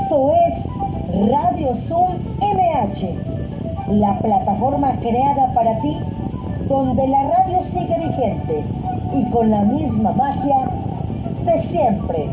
Esto es Radio Zoom MH, la plataforma creada para ti, donde la radio sigue vigente y con la misma magia de siempre.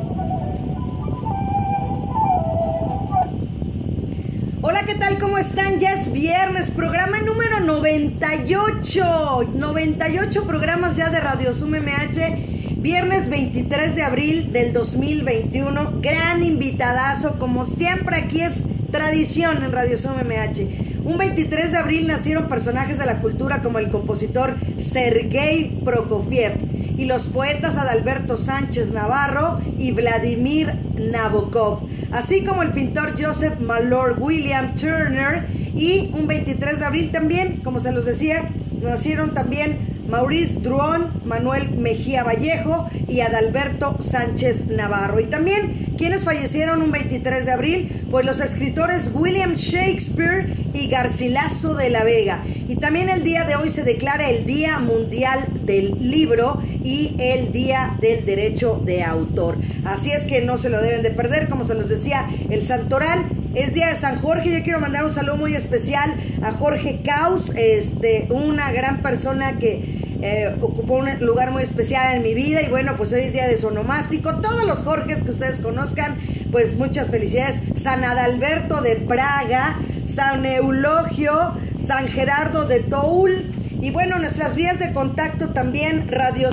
Hola, ¿qué tal? ¿Cómo están? Ya es viernes, programa número 98. 98 programas ya de Radio Zoom MH. Viernes 23 de abril del 2021. Gran invitadazo, como siempre aquí es tradición en Radio Zoom MH. Un 23 de abril nacieron personajes de la cultura como el compositor Sergei Prokofiev y los poetas Adalberto Sánchez Navarro y Vladimir Nabokov, así como el pintor Joseph Malord William Turner. Y un 23 de abril también, como se los decía, nacieron también Maurice Druon, Manuel Mejía Vallejo y Adalberto Sánchez Navarro. Y también, ¿quiénes fallecieron un 23 de abril? Pues los escritores William Shakespeare y Garcilaso de la Vega. Y también el día de hoy se declara el Día Mundial del Libro y el Día del Derecho de Autor. Así es que no se lo deben de perder, como se los decía, el santoral. Es día de San Jorge. Yo quiero mandar un saludo muy especial a Jorge Caus, una gran persona que ocupó un lugar muy especial en mi vida. Y bueno, pues hoy es día de su onomástico. Todos los Jorges que ustedes conozcan, pues muchas felicidades. San Adalberto de Praga, San Eulogio, San Gerardo de Toul. Y bueno, nuestras vías de contacto también,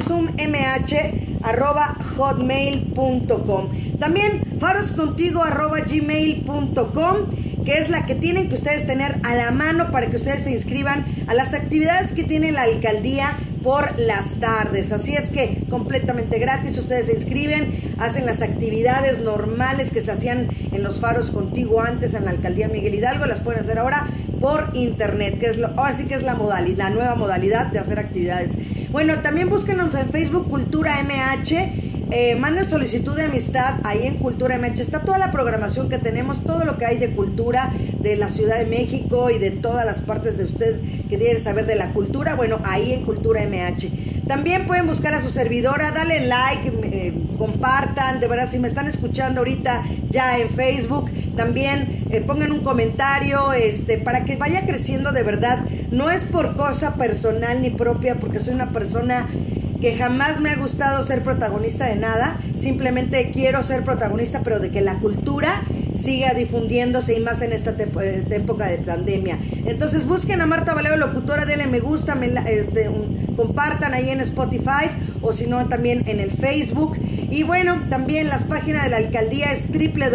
radiozummh@hotmail.com. También faroscontigo@gmail.com, que es la que tienen que ustedes tener a la mano para que ustedes se inscriban a las actividades que tiene la alcaldía por las tardes. Así es que completamente gratis, ustedes se inscriben, hacen las actividades normales que se hacían en los Faros Contigo antes en la alcaldía Miguel Hidalgo, las pueden hacer ahora por internet, que es ahora sí que es la nueva modalidad de hacer actividades. Bueno, también búsquenos en Facebook Cultura MH. Manden solicitud de amistad ahí en Cultura MH. Está toda la programación que tenemos, todo lo que hay de cultura de la Ciudad de México y de todas las partes de usted que quiere saber de la cultura. Bueno, ahí en Cultura MH. También pueden buscar a su servidora, dale like, compartan. De verdad, si me están escuchando ahorita ya en Facebook, también pongan un comentario para que vaya creciendo de verdad. No es por cosa personal ni propia, porque soy una persona que jamás me ha gustado ser protagonista de nada. Simplemente quiero ser protagonista, pero de que la cultura siga difundiéndose, y más en esta época de pandemia. Entonces busquen a Marta Valero Locutora, denle me gusta, compartan ahí en Spotify, o si no también en el Facebook. Y bueno, también las páginas de la alcaldía es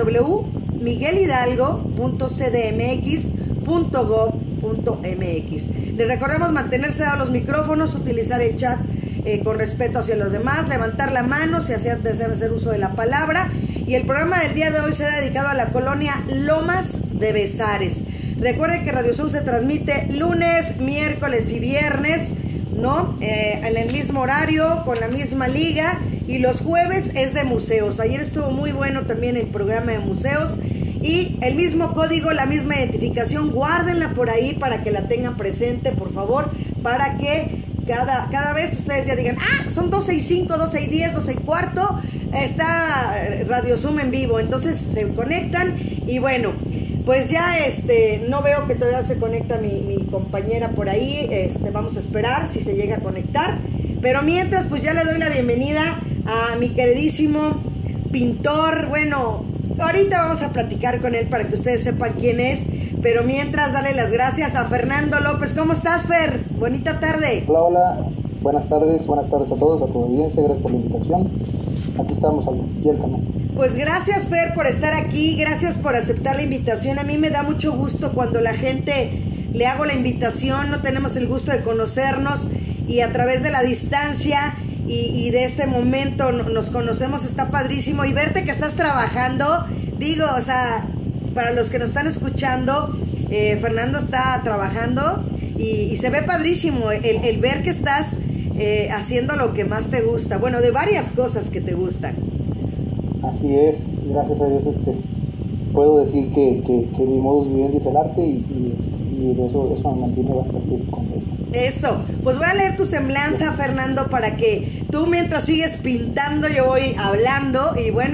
www.miguelhidalgo.cdmx.gov.mx. Les recordamos mantenerse a los micrófonos, utilizar el chat con respeto hacia los demás, levantar la mano si desean hacer uso de la palabra. Y el programa del día de hoy será dedicado a la colonia Lomas de Bezares. Recuerden que Radio Zoom se transmite lunes, miércoles y viernes, ¿no? En el mismo horario, con la misma liga, y los jueves es de museos. Ayer estuvo muy bueno también el programa de museos, y el mismo código, la misma identificación, guárdenla por ahí para que la tengan presente, por favor, para que cada vez ustedes ya digan, son 12:05, 12:10, 12:15, está Radio Zoom en vivo. Entonces se conectan. Y bueno, pues ya no veo que todavía se conecta mi compañera por ahí. Vamos a esperar si se llega a conectar. Pero mientras, pues ya le doy la bienvenida a mi queridísimo pintor. Bueno, ahorita vamos a platicar con él para que ustedes sepan quién es. Pero mientras, darle las gracias a Fernando López. ¿Cómo estás, Fer? Bonita tarde. Hola, hola. Buenas tardes a todos, a tu audiencia. Gracias por la invitación. Aquí estamos aquí al canal. Pues gracias, Fer, por estar aquí. Gracias por aceptar la invitación. A mí me da mucho gusto cuando la gente le hago la invitación. No tenemos el gusto de conocernos, y a través de la distancia y de este momento nos conocemos. Está padrísimo. Y verte que estás trabajando, digo, o sea, para los que nos están escuchando, Fernando está trabajando y se ve padrísimo el ver que estás haciendo lo que más te gusta. Bueno, de varias cosas que te gustan. Así es, gracias a Dios puedo decir que mi modus vivendi es el arte, y de eso me mantiene bastante contento. Eso, pues voy a leer tu semblanza, Fernando, para que tú, mientras sigues pintando, yo voy hablando. Y bueno,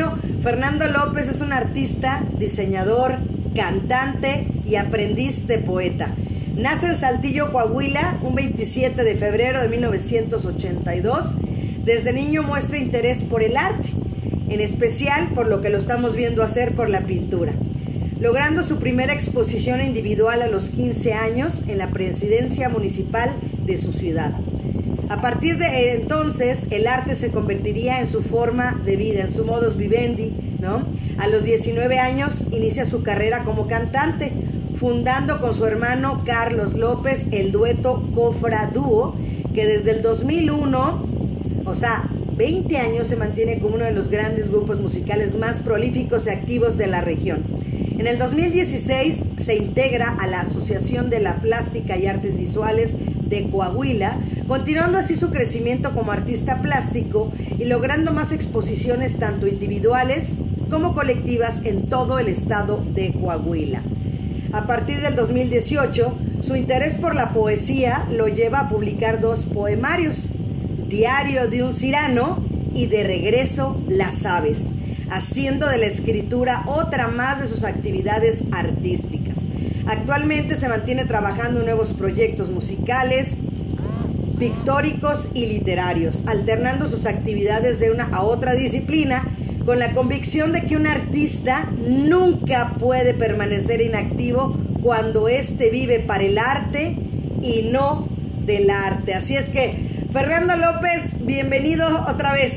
Fernando López es un artista, diseñador, cantante y aprendiz de poeta. Nace en Saltillo, Coahuila, un 27 de febrero de 1982. Desde niño muestra interés por el arte, en especial por lo que lo estamos viendo hacer por la pintura, logrando su primera exposición individual a los 15 años en la presidencia municipal de su ciudad. A partir de entonces, el arte se convertiría en su forma de vida, en su modus vivendi, ¿no? A los 19 años inicia su carrera como cantante, fundando con su hermano Carlos López el dueto Cofra Dúo, que desde el 2001, o sea, 20 años, se mantiene como uno de los grandes grupos musicales más prolíficos y activos de la región. En el 2016 se integra a la Asociación de la Plástica y Artes Visuales de Coahuila, continuando así su crecimiento como artista plástico y logrando más exposiciones tanto individuales como colectivas en todo el estado de Coahuila. A partir del 2018, su interés por la poesía lo lleva a publicar 2 poemarios, Diario de un Cirano y De regreso las aves, haciendo de la escritura otra más de sus actividades artísticas. Actualmente se mantiene trabajando en nuevos proyectos musicales, pictóricos y literarios, alternando sus actividades de una a otra disciplina, con la convicción de que un artista nunca puede permanecer inactivo cuando éste vive para el arte y no del arte. Así es que, Fernando López, bienvenido otra vez.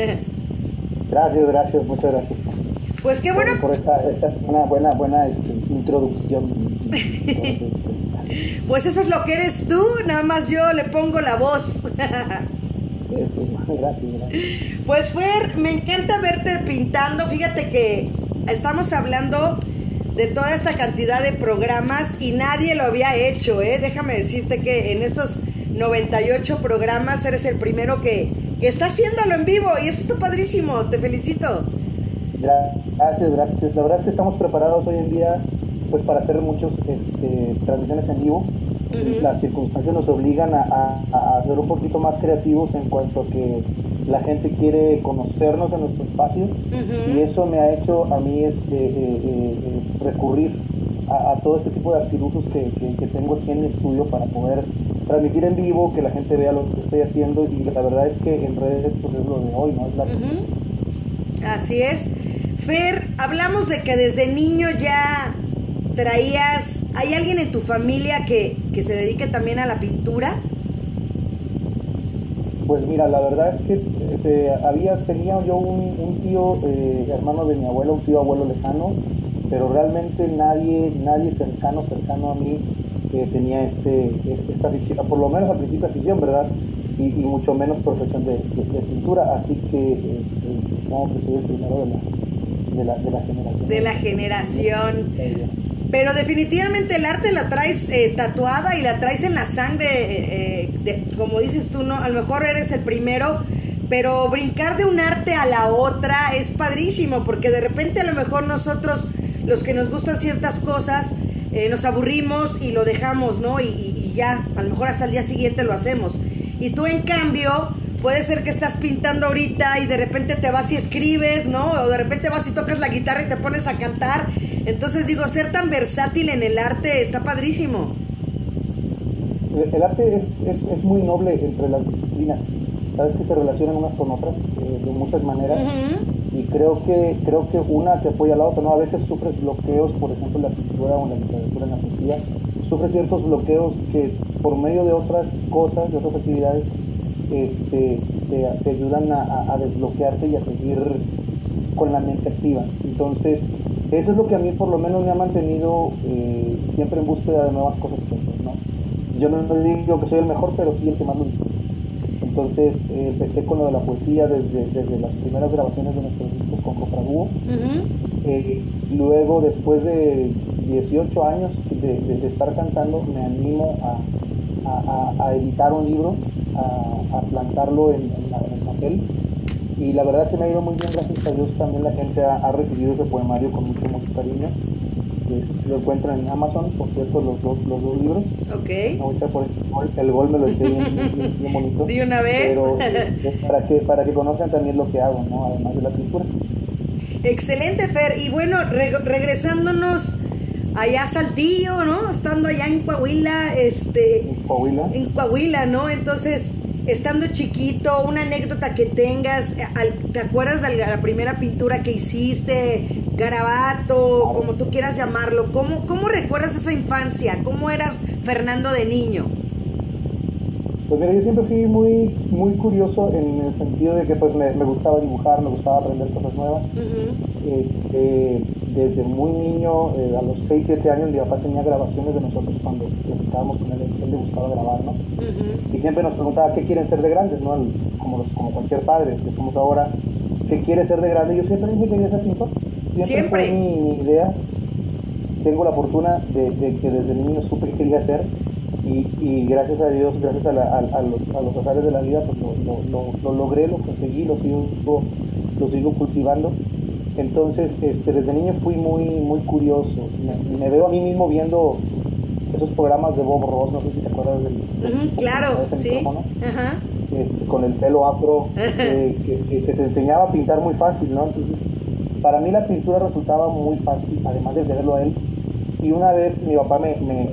Gracias, muchas gracias. Pues qué bueno. Por esta una buena introducción. Pues eso es lo que eres tú, nada más yo le pongo la voz. Gracias. Pues Fer, me encanta verte pintando. Fíjate que estamos hablando de toda esta cantidad de programas y nadie lo había hecho, ¿eh? Déjame decirte que en estos 98 programas eres el primero que está haciéndolo en vivo y eso está padrísimo, te felicito. Gracias. La verdad es que estamos preparados hoy en día pues para hacer muchas transmisiones en vivo. Las circunstancias nos obligan a ser un poquito más creativos en cuanto a que la gente quiere conocernos en nuestro espacio, y eso me ha hecho a mí recurrir a todo este tipo de artilugios que tengo aquí en mi estudio para poder transmitir en vivo, que la gente vea lo que estoy haciendo, y la verdad es que en redes pues es lo de hoy, ¿no? Es la Así es. Fer, hablamos de que desde niño ya traías... ¿Hay alguien en tu familia que se dedique también a la pintura? Pues mira, la verdad es que tenía yo un tío, hermano de mi abuela, un tío abuelo lejano, pero realmente nadie cercano a mí tenía esta afición, por lo menos al principio afición, ¿verdad? Y mucho menos profesión de pintura, así que supongo que soy el primero de la generación. De la generación. Pero definitivamente el arte la traes tatuada y la traes en la sangre, como dices tú, ¿no? A lo mejor eres el primero, pero brincar de un arte a la otra es padrísimo, porque de repente a lo mejor nosotros, los que nos gustan ciertas cosas, nos aburrimos y lo dejamos, ¿no? Y ya, a lo mejor hasta el día siguiente lo hacemos. Y tú, en cambio, puede ser que estás pintando ahorita y de repente te vas y escribes, ¿no? O de repente vas y tocas la guitarra y te pones a cantar. Entonces, digo, ser tan versátil en el arte está padrísimo. El arte es muy noble entre las disciplinas. Sabes que se relacionan unas con otras de muchas maneras. Y creo que una te apoya a la otra, ¿no? A veces sufres bloqueos, por ejemplo, en la pintura o en la literatura, en la poesía. Sufres ciertos bloqueos que por medio de otras cosas, de otras actividades, te ayudan a desbloquearte y a seguir con la mente activa. Entonces, eso es lo que a mí por lo menos me ha mantenido siempre en búsqueda de nuevas cosas que hacer, ¿no? Yo no digo que soy el mejor, pero sí el que más lo disfruto. Entonces empecé con lo de la poesía desde las primeras grabaciones de nuestros discos con Cofra Dúo. Luego, después de 18 años de estar cantando, me animo a editar un libro, a plantarlo en papel. Y la verdad que me ha ido muy bien, gracias a Dios. También la gente ha recibido ese poemario con mucho cariño. Lo encuentran en Amazon, por cierto, los dos libros. Ok. Ahorita por el gol me lo eché bien bonito. ¿De una vez? Pero para que conozcan también lo que hago, ¿no? Además de la pintura. Excelente, Fer. Y bueno, regresándonos allá a Saltillo, ¿no? Estando allá en Coahuila, En Coahuila, ¿no? Entonces, estando chiquito, una anécdota que tengas, ¿te acuerdas de la primera pintura que hiciste? Garabato, como tú quieras llamarlo. ¿Cómo recuerdas esa infancia? ¿Cómo eras Fernando de niño? Pues mira, yo siempre fui muy, muy curioso en el sentido de que pues me gustaba dibujar, me gustaba aprender cosas nuevas. Desde muy niño, a los 6, 7 años, mi papá tenía grabaciones de nosotros cuando platicábamos con él le gustaba grabar, ¿no? Y siempre nos preguntaba qué quieren ser de grandes, ¿no? Como cualquier padre que somos ahora, ¿qué quiere ser de grande? Yo siempre dije que quería ser pintor. Siempre fue mi idea. Tengo la fortuna de que desde niño supe que quería ser. Y gracias a Dios, gracias a los azares de la vida, pues lo logré, lo conseguí, lo sigo cultivando. Entonces, desde niño fui muy, muy curioso. Me veo a mí mismo viendo esos programas de Bob Ross, no sé si te acuerdas del claro, sí. Ajá. Con el pelo afro, que te enseñaba a pintar muy fácil, ¿no? Entonces, para mí la pintura resultaba muy fácil, además de verlo a él. Y una vez mi papá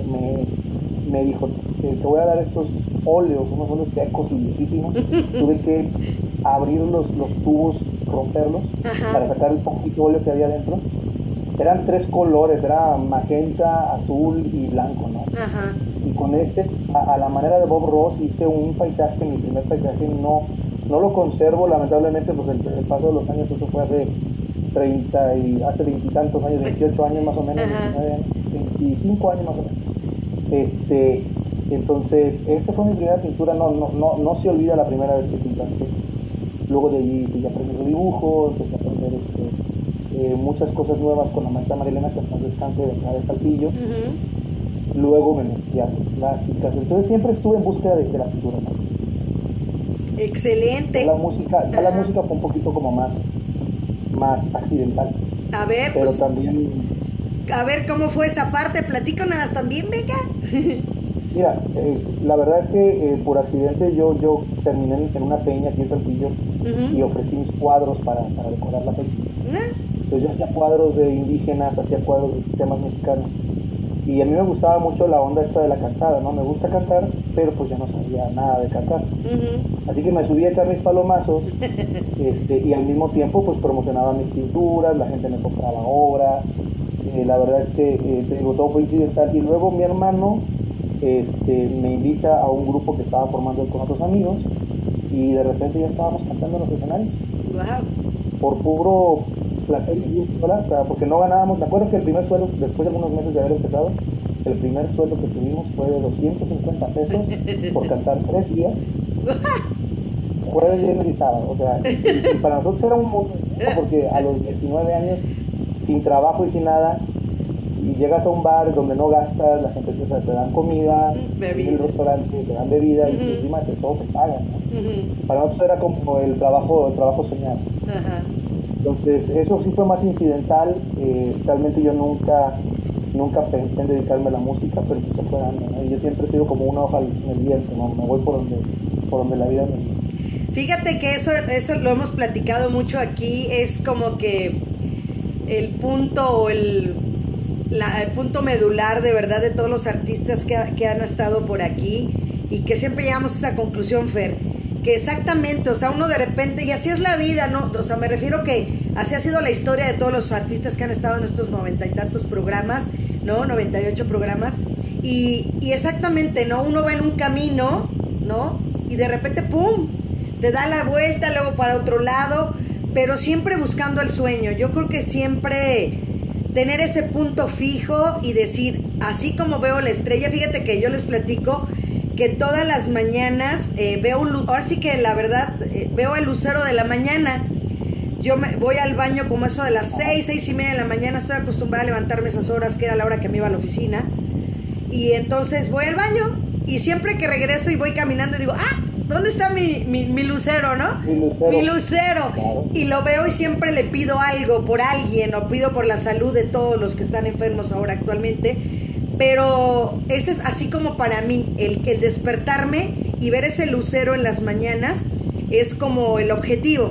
me dijo, te voy a dar estos óleos, unos óleos secos y viejísimos. Tuve que abrir los tubos, romperlos, ajá, para sacar el poquito óleo que había dentro. Eran 3 colores, era magenta, azul y blanco, ¿no? Ajá. Y con ese, a la manera de Bob Ross, hice un paisaje, mi primer paisaje. No lo conservo, lamentablemente, pues el paso de los años, eso fue hace 20 y tantos años, 28 años más o menos, 29, 25 años más o menos. Entonces, esa fue mi primera pintura. No se olvida la primera vez que pintaste. Luego de allí seguí aprendiendo dibujo, empecé a aprender muchas cosas nuevas con la maestra Marilena, que más descanse de acá de Saltillo. Uh-huh. Luego me metí a artes plásticas. Entonces siempre estuve en búsqueda de la pintura, ¿no? Excelente. La música fue un poquito como más accidental. A ver, pero pues, también... A ver, ¿cómo fue esa parte? Platícanos también, venga. Mira, la verdad es que por accidente yo terminé en una peña aquí en Saltillo, uh-huh, y ofrecí mis cuadros para decorar la peña. Uh-huh. Entonces yo hacía cuadros de indígenas, hacía cuadros de temas mexicanos. Y a mí me gustaba mucho la onda esta de la cantada, ¿no? Me gusta cantar, pero pues yo no sabía nada de cantar. Uh-huh. Así que me subí a echar mis palomazos, y al mismo tiempo pues promocionaba mis pinturas, la gente me compraba obra. La verdad es que, te digo, todo fue incidental. Y luego mi hermano me invita a un grupo que estaba formando con otros amigos, y de repente ya estábamos cantando en los escenarios. Wow. Por puro placer y gusto, ¿verdad? Porque no ganábamos. Me acuerdo que el primer sueldo, después de algunos meses de haber empezado, el primer sueldo que tuvimos fue de 250 pesos por cantar 3 días, jueves, viernes y sábado. O sea, y para nosotros era un mundo, porque a los 19 años, sin trabajo y sin nada, y llegas a un bar donde no gastas, la gente te dan comida, en el restaurante te dan bebida, uh-huh, y encima de todo te pagan, ¿no? Uh-huh. Para nosotros era como el trabajo soñado. Uh-huh. Entonces eso sí fue más incidental. Realmente yo nunca pensé en dedicarme a la música, pero eso fue dando, ¿no? Y yo siempre he sido como una hoja en el viento, ¿no? Me voy por donde la vida me lleva. Fíjate que eso lo hemos platicado mucho aquí. Es como que el punto o el punto medular de verdad de todos los artistas que han estado por aquí, y que siempre llegamos a esa conclusión, Fer, que exactamente, o sea, uno de repente, y así es la vida, ¿no? O sea, me refiero que así ha sido la historia de todos los artistas que han estado en estos 90 y tantos programas, ¿no? 98 programas, y exactamente, ¿no? Uno va en un camino, ¿no? Y de repente, ¡pum!, te da la vuelta, luego para otro lado, pero siempre buscando el sueño. Yo creo que siempre tener ese punto fijo y decir, así como veo la estrella. Fíjate que yo les platico que todas las mañanas ahora sí que la verdad, veo el lucero de la mañana. Yo voy al baño como eso de las 6:30 de la mañana. Estoy acostumbrada a levantarme esas horas, que era la hora que me iba a la oficina. Y entonces voy al baño, y siempre que regreso y voy caminando, digo, ¿dónde está mi lucero, no? Mi lucero. Claro. Y lo veo y siempre le pido algo por alguien, o pido por la salud de todos los que están enfermos ahora actualmente. Pero ese es así como para mí, el despertarme y ver ese lucero en las mañanas es como el objetivo.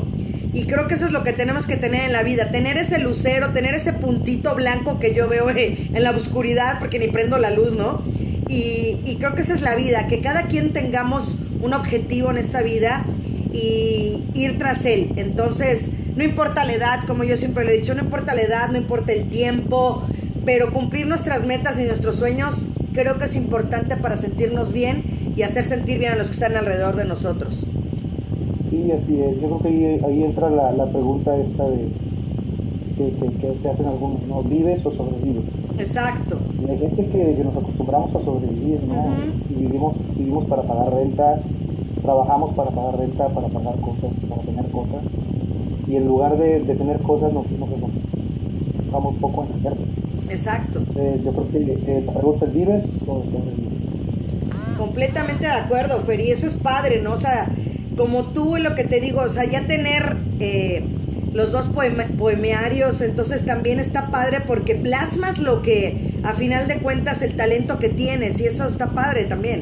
Y creo que eso es lo que tenemos que tener en la vida, tener ese lucero, tener ese puntito blanco que yo veo en la oscuridad, porque ni prendo la luz, ¿no? Y creo que esa es la vida, que cada quien tengamos un objetivo en esta vida y ir tras él. Entonces, no importa la edad, como yo siempre lo he dicho, no importa la edad, no importa el tiempo, pero cumplir nuestras metas y nuestros sueños creo que es importante para sentirnos bien y hacer sentir bien a los que están alrededor de nosotros. Sí, así es. Yo creo que ahí entra la pregunta esta de que se hacen algunos, ¿no? ¿Vives o sobrevives? Exacto. Y hay gente que nos acostumbramos a sobrevivir, ¿no? Y vivimos para pagar renta, trabajamos para pagar renta, para pagar cosas, para tener cosas. Y en lugar de tener cosas nos enfocamos un poco en hacerlas. Exacto. Yo creo que la pregunta es: ¿vives o sobrevives? Completamente de acuerdo, Fer, y eso es padre, ¿no? O sea, como tú, lo que te digo, o sea, ya tener los dos poemarios, entonces también está padre porque plasmas lo que, a final de cuentas, el talento que tienes, y eso está padre también.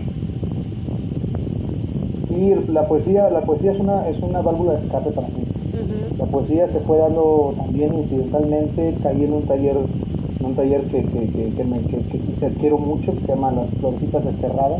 Sí, la poesía es una válvula de escape para mí. La poesía se fue dando también incidentalmente. Caí en un taller que quiero mucho, que se llama Las Florecitas Desterradas.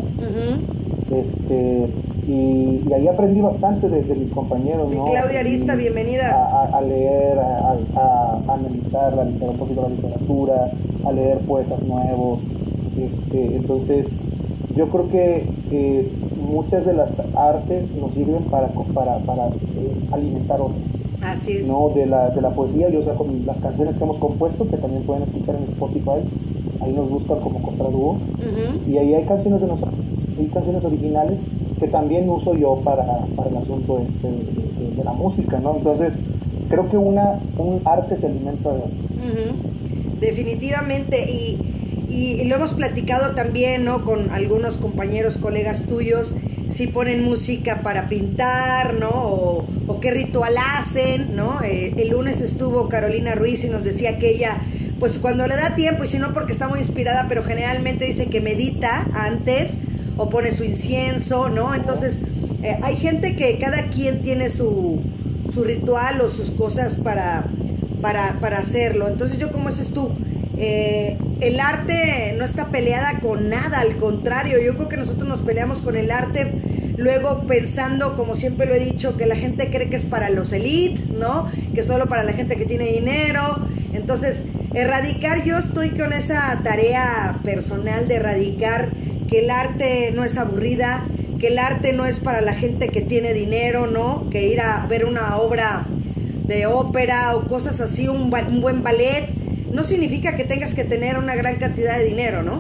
Y ahí aprendí bastante de mis compañeros, ¿no? Claudia Arista, bienvenida. A leer, a analizar un poquito la literatura, a leer poetas nuevos. Entonces, yo creo que muchas de las artes nos sirven para alimentar otras. Así es. ¿No? De la poesía, yo saco las canciones que hemos compuesto, que también pueden escuchar en Spotify. Ahí nos buscan como Cofradúo. Y ahí hay canciones de nosotros, hay canciones originales que también uso yo para el asunto de la música, ¿no? Entonces, creo que un arte se alimenta de otro. Definitivamente, y lo hemos platicado también, ¿no? Con algunos compañeros, colegas tuyos, si ponen música para pintar, ¿no? O qué ritual hacen, ¿no? El lunes estuvo Carolina Ruiz y nos decía que ella, pues cuando le da tiempo, y si no porque está muy inspirada, pero generalmente dice que medita antes o pone su incienso, ¿no? Entonces, hay gente que cada quien tiene su ritual o sus cosas para hacerlo. Entonces, yo, como dices tú, el arte no está peleada con nada, al contrario, yo creo que nosotros nos peleamos con el arte, luego pensando, como siempre lo he dicho, que la gente cree que es para los elite, ¿no? Que solo para la gente que tiene dinero. Entonces, yo estoy con esa tarea personal de erradicar que el arte no es aburrida, que el arte no es para la gente que tiene dinero, ¿no? Que ir a ver una obra de ópera o cosas así, un buen ballet, no significa que tengas que tener una gran cantidad de dinero, ¿no?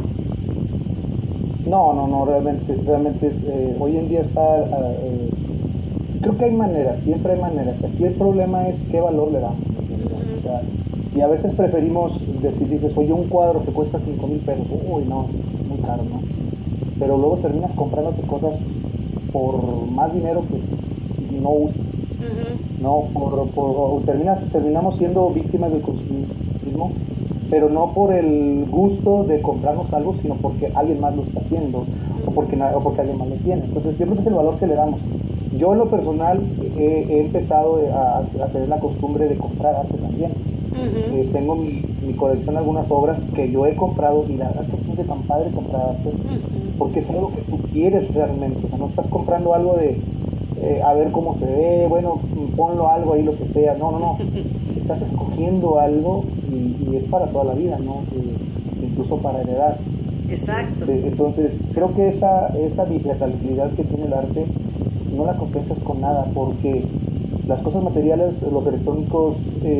No, realmente es, hoy en día está, creo que hay maneras, siempre hay maneras. Aquí el problema es qué valor le damos. O sea, si a veces preferimos dices, oye, un cuadro que cuesta 5,000 pesos, uy, no, es muy caro, ¿no? Pero luego terminas comprándote cosas por más dinero que no usas, ¿no? Terminamos siendo víctimas del consumismo, pero no por el gusto de comprarnos algo, sino porque alguien más lo está haciendo, o porque alguien más lo tiene. Entonces, yo creo que es el valor que le damos. Yo, en lo personal, he empezado a tener la costumbre de comprar arte también. Tengo mi colección de algunas obras que yo he comprado, y la verdad que siente tan padre comprar arte, porque es algo que tú quieres realmente. O sea, no estás comprando algo de a ver cómo se ve, bueno, ponlo algo ahí, lo que sea. No. Estás escogiendo algo y es para toda la vida, ¿no? Incluso para heredar. Exacto. Entonces, creo que esa visceralidad que tiene el arte no la compensas con nada, porque las cosas materiales, los electrónicos,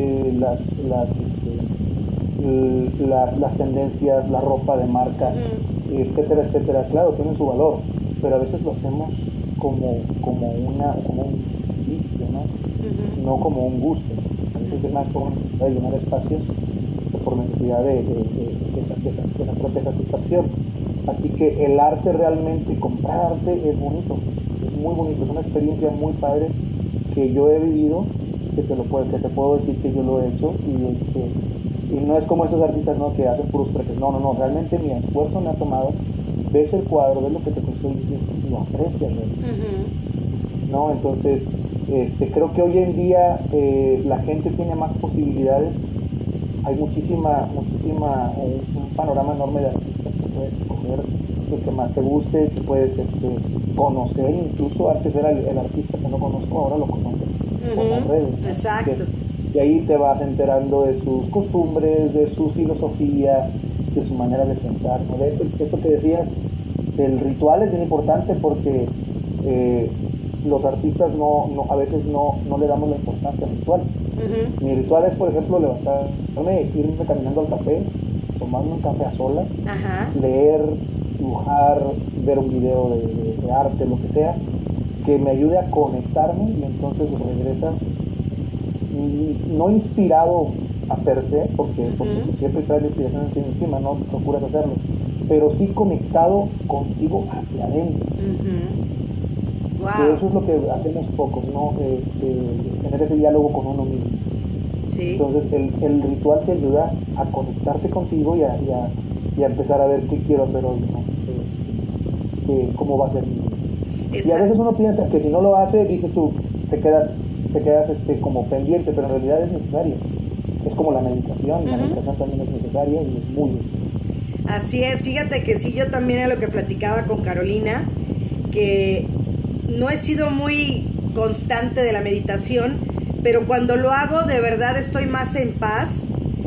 las tendencias, la ropa de marca, etcétera, claro, tienen su valor, pero a veces lo hacemos como un vicio, ¿no? No como un gusto. A veces es más por necesidad de llenar espacios que por necesidad de la propia satisfacción. Así que el arte, realmente, comprar arte es bonito, es muy bonito, es una experiencia muy padre que yo he vivido, que te puedo decir que yo lo he hecho, y no es como esos artistas, ¿no? Que hacen puros treques. No, realmente mi esfuerzo me ha tomado. Ves el cuadro, ves lo que te costó y dices, lo aprecias, ¿no? ¿no? Entonces, creo que hoy en día la gente tiene más posibilidades. Hay un panorama enorme de artistas que puedes escoger, el que más te guste, que puedes conocer. Incluso antes era el artista que no conozco, ahora lo conoces por las redes, ¿no? Exacto. Y ahí te vas enterando de sus costumbres, de su filosofía, de su manera de pensar, ¿no? De esto que decías, el ritual es bien importante porque los artistas a veces no le damos la importancia al ritual. Mi ritual es, por ejemplo, levantarme, irme caminando al café, tomarme un café a solas, leer, dibujar, ver un video de arte, lo que sea, que me ayude a conectarme, y entonces regresas no inspirado a per se, porque siempre traes la inspiración encima, no procuras hacerlo, pero sí conectado contigo hacia adentro. Wow. Que eso es lo que hacemos pocos, ¿no? Tener ese diálogo con uno mismo. Sí. Entonces el ritual te ayuda a conectarte contigo y a empezar a ver qué quiero hacer hoy, ¿no? Cómo va a ser mi vida. Y a veces uno piensa que si no lo hace, dices tú, te quedas como pendiente, pero en realidad es necesario. Es como la meditación, la meditación también es necesaria y es muy útil. Así es, fíjate que sí, yo también era lo que platicaba con Carolina, que no he sido muy constante de la meditación, pero cuando lo hago de verdad estoy más en paz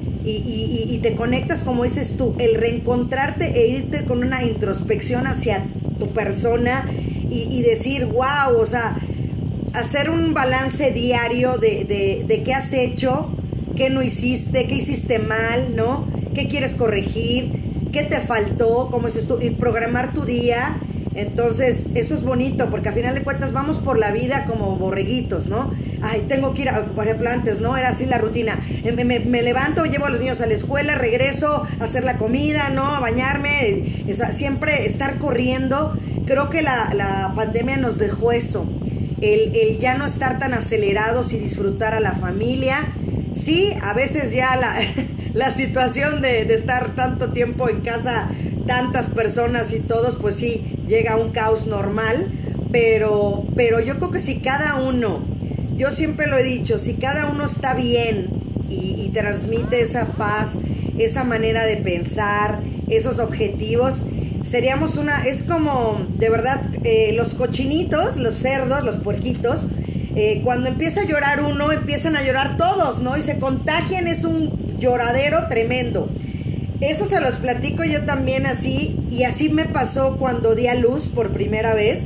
y te conectas, como dices tú, el reencontrarte e irte con una introspección hacia tu persona y decir, wow, o sea, hacer un balance diario de qué has hecho, qué no hiciste, qué hiciste mal, ¿no? ¿Qué quieres corregir? ¿Qué te faltó? ¿Cómo es esto? Y programar tu día. Entonces, eso es bonito, porque a final de cuentas vamos por la vida como borreguitos, ¿no? Ay, tengo que ir, por ejemplo, antes, ¿no? Era así la rutina. Me levanto, llevo a los niños a la escuela, regreso a hacer la comida, ¿no? A bañarme, siempre estar corriendo. Creo que la pandemia nos dejó eso, el ya no estar tan acelerados y disfrutar a la familia. Sí, a veces ya la situación de estar tanto tiempo en casa, tantas personas y todos, pues sí, llega a un caos normal, pero yo creo que si cada uno, yo siempre lo he dicho, si cada uno está bien y transmite esa paz, esa manera de pensar, esos objetivos, seríamos es como, de verdad, los cochinitos, los cerdos, los puerquitos, cuando empieza a llorar uno, empiezan a llorar todos, ¿no? Y se contagian, es un lloradero tremendo. Eso se los platico yo también así, y así me pasó cuando di a luz por primera vez.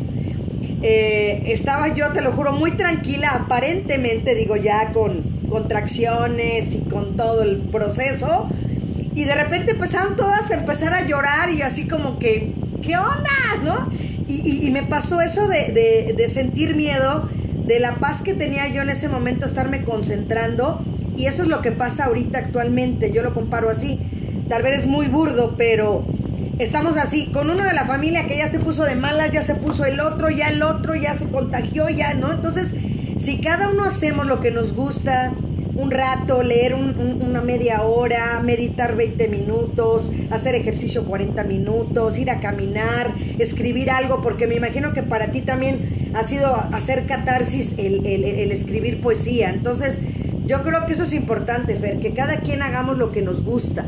Estaba yo, te lo juro, muy tranquila, aparentemente, digo, ya con contracciones y con todo el proceso, y de repente empezaron todas a empezar a llorar, y yo así como que, ¿qué onda? ¿No? Y me pasó eso de sentir miedo, de la paz que tenía yo en ese momento, estarme concentrando, y eso es lo que pasa ahorita actualmente. Yo lo comparo así, tal vez es muy burdo, pero estamos así, con uno de la familia que ya se puso de malas, ya se puso el otro ya se contagió, ya, ¿no? Entonces, si cada uno hacemos lo que nos gusta, un rato, leer una media hora, meditar 20 minutos, hacer ejercicio 40 minutos, ir a caminar, escribir algo, porque me imagino que para ti también ha sido hacer catarsis el escribir poesía. Entonces, yo creo que eso es importante, Fer, que cada quien hagamos lo que nos gusta.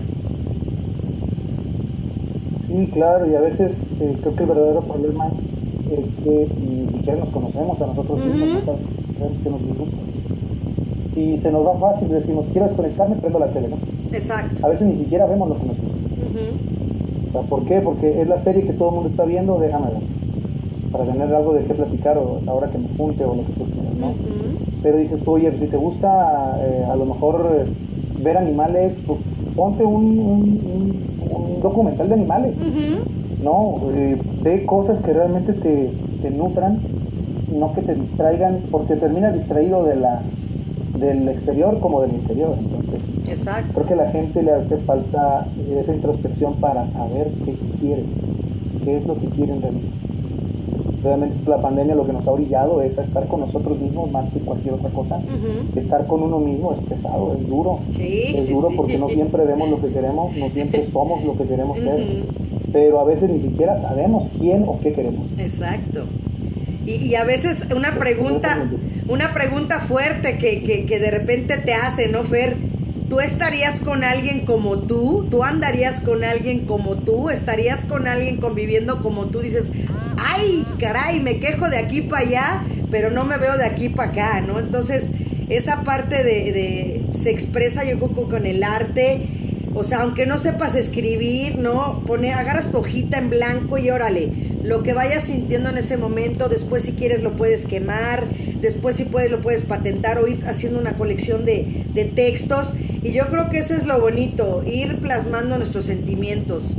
Sí, claro, y a veces creo que el verdadero problema es que ni siquiera nos conocemos a nosotros mismos, no sabemos qué nos gusta. Y se nos va fácil, decimos, quiero desconectarme, prendo la tele, ¿no? Exacto. A veces ni siquiera vemos lo que nos gusta. O sea, ¿por qué? Porque es la serie que todo el mundo está viendo, déjame ver, para tener algo de qué platicar, o la hora que me junte, o lo que tú quieras, ¿no? Pero dices tú, oye, pues si te gusta a lo mejor ver animales, pues ponte un documental de animales, ¿no? Ve cosas que realmente te nutran, no que te distraigan, porque terminas distraído del exterior como del interior. Entonces, exacto, creo que a la gente le hace falta esa introspección para saber qué quiere, qué es lo que quiere en realidad. Realmente la pandemia lo que nos ha orillado es a estar con nosotros mismos más que cualquier otra cosa. Estar con uno mismo es pesado, es duro. Es duro porque no siempre vemos lo que queremos, no siempre somos lo que queremos ser, pero a veces ni siquiera sabemos quién o qué queremos. Exacto. Y a veces una pregunta fuerte que de repente te hace, ¿no, Fer? ¿Tú estarías con alguien como tú? ¿Tú andarías con alguien como tú? ¿Estarías con alguien conviviendo como tú? Dices, ay, caray, me quejo de aquí para allá, pero no me veo de aquí para acá, ¿no? Entonces, esa parte se expresa, yo creo, con el arte. O sea, aunque no sepas escribir, ¿no? Agarras tu hojita en blanco y órale, lo que vayas sintiendo en ese momento, después si quieres lo puedes quemar, después si puedes lo puedes patentar o ir haciendo una colección de textos. Y yo creo que eso es lo bonito, ir plasmando nuestros sentimientos.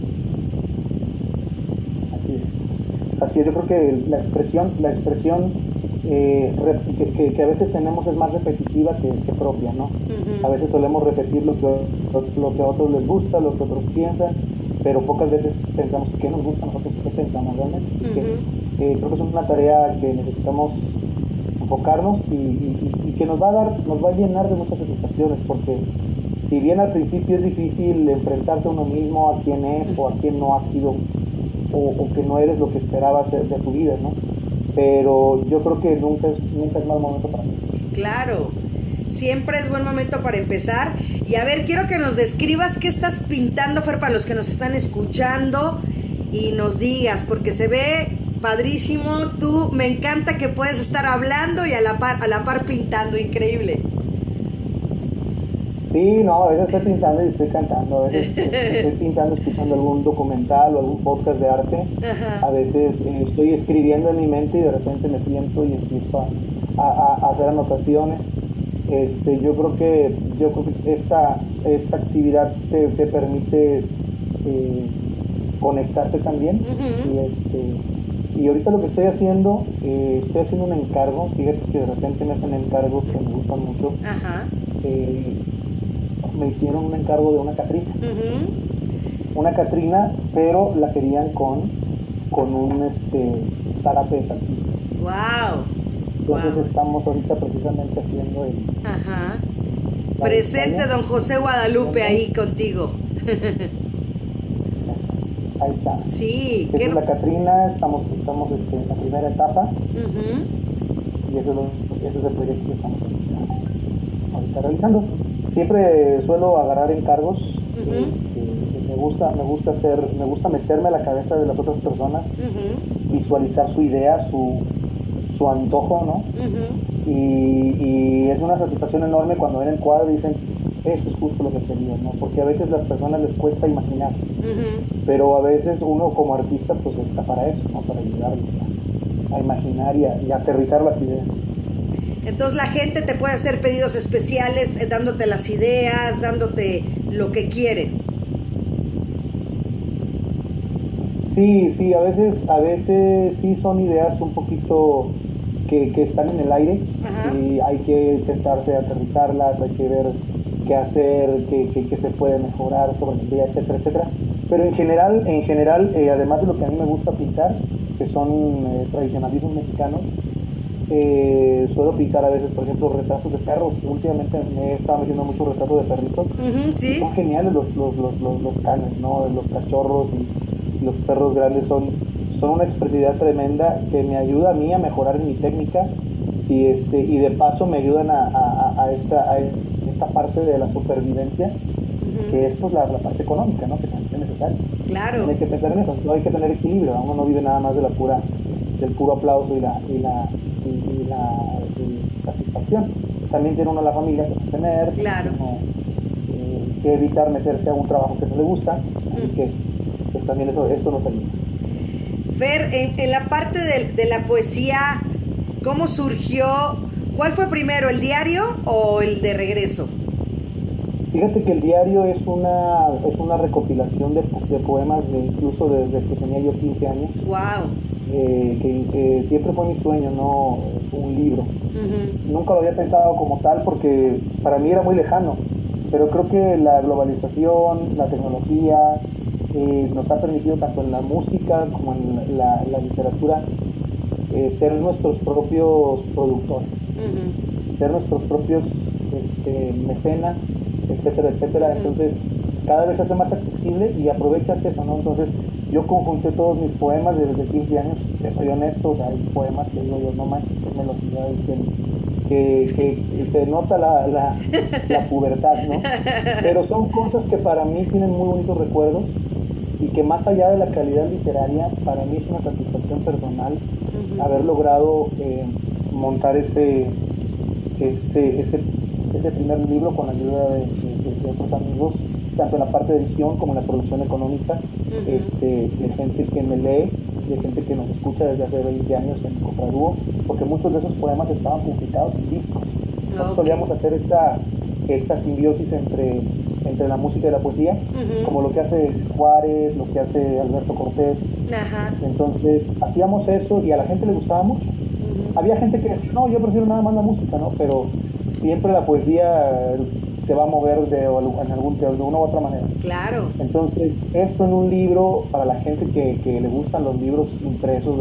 Así es, yo creo que la expresión que a veces tenemos es más repetitiva que propia, ¿no? Uh-huh. A veces solemos repetir lo que a otros les gusta, lo que otros piensan, pero pocas veces pensamos qué nos gusta a nosotros, qué pensamos realmente. Así que creo que es una tarea que necesitamos enfocarnos y que nos va a llenar de muchas satisfacciones, porque si bien al principio es difícil enfrentarse a uno mismo, a quién es o a quién no ha sido o que no eres lo que esperabas de tu vida, ¿no? Pero yo creo que nunca es mal momento para empezar. Claro, siempre es buen momento para empezar. Y a ver, quiero que nos describas qué estás pintando, Fer, para los que nos están escuchando, y nos digas, porque se ve padrísimo. Tú, me encanta que puedes estar hablando y a la par pintando, increíble. Sí, no, a veces estoy pintando y estoy cantando, a veces estoy pintando escuchando algún documental o algún podcast de arte. Ajá. A veces estoy escribiendo en mi mente y de repente me siento y empiezo a hacer anotaciones. Yo creo que esta actividad te permite conectarte también. Uh-huh. Y ahorita lo que estoy haciendo un encargo. Fíjate que de repente me hacen encargos que me gustan mucho. Ajá. Me hicieron un encargo de una Catrina. Uh-huh. Una Catrina, pero la querían con un zarape de saltillo. Wow. Entonces estamos ahorita precisamente haciendo el... Ajá. Presente don José Guadalupe ahí contigo. Ahí está. Sí. Esa es la Catrina, estamos en la primera etapa. Uh-huh. Y ese es el proyecto que estamos ahorita realizando. Siempre suelo agarrar encargos. Uh-huh. Me gusta meterme a la cabeza de las otras personas, uh-huh. Visualizar su idea, su antojo, ¿no? Uh-huh. Y es una satisfacción enorme cuando ven el cuadro y dicen, esto es justo lo que quería, ¿no? Porque a veces las personas les cuesta imaginar, uh-huh. Pero a veces uno como artista pues está para eso, ¿no? Para ayudarles a imaginar y a aterrizar las ideas. Entonces la gente te puede hacer pedidos especiales, dándote las ideas, dándote lo que quieren. Sí, a veces sí son ideas un poquito que están en el aire. Ajá. Y hay que sentarse a aterrizarlas, hay que ver qué hacer, qué se puede mejorar sobre la idea, etcétera, etcétera. Pero en general, además de lo que a mí me gusta pintar, que son tradicionalismos mexicanos, suelo pintar a veces, por ejemplo, retratos de perros. Últimamente me he estado metiendo muchos retratos de perritos. Uh-huh, ¿sí? Son geniales los canes, ¿no? Los cachorros y los perros grandes son una expresividad tremenda que me ayuda a mí a mejorar mi técnica y de paso me ayudan a esta parte de la supervivencia, uh-huh. Que es pues la parte económica, ¿no? Que también es necesaria. Claro. Hay que pensar en eso, hay que tener equilibrio. Uno no vive nada más del puro aplauso y la satisfacción. También tiene uno la familia que mantener, claro. Que evitar meterse a un trabajo que no le gusta, así que pues también eso nos ayuda. Fer, en la parte de la poesía, ¿cómo surgió? ¿Cuál fue primero, el diario o el de regreso? Fíjate que el diario es una recopilación de poemas incluso desde que tenía yo 15 años. Wow. Que siempre fue mi sueño, ¿no? Un libro. Uh-huh. Nunca lo había pensado como tal porque para mí era muy lejano, pero creo que la globalización, la tecnología nos ha permitido tanto en la música como en la literatura ser nuestros propios productores, uh-huh. Ser nuestros propios mecenas, etcétera, etcétera. Uh-huh. Entonces cada vez se hace más accesible y aprovechas eso, ¿no? Entonces yo conjunté todos mis poemas desde 15 años, te soy honesto, o sea, hay poemas que digo yo, no manches, qué velocidad, que se nota la pubertad, ¿no? Pero son cosas que para mí tienen muy bonitos recuerdos y que más allá de la calidad literaria, para mí es una satisfacción personal haber logrado montar ese primer libro con la ayuda de otros amigos, tanto en la parte de edición como en la producción económica, de gente que me lee, de gente que nos escucha desde hace 20 años en Cofradúo, porque muchos de esos poemas estaban publicados en discos. Nosotros solíamos hacer esta simbiosis entre la música y la poesía, como lo que hace Juárez, lo que hace Alberto Cortés. Entonces hacíamos eso y a la gente le gustaba mucho. Había gente que decía, no, yo prefiero nada más la música, ¿no? Pero siempre la poesía te va a mover de alguna u otra manera. Claro. Entonces, esto en un libro, para la gente que le gustan los libros impresos,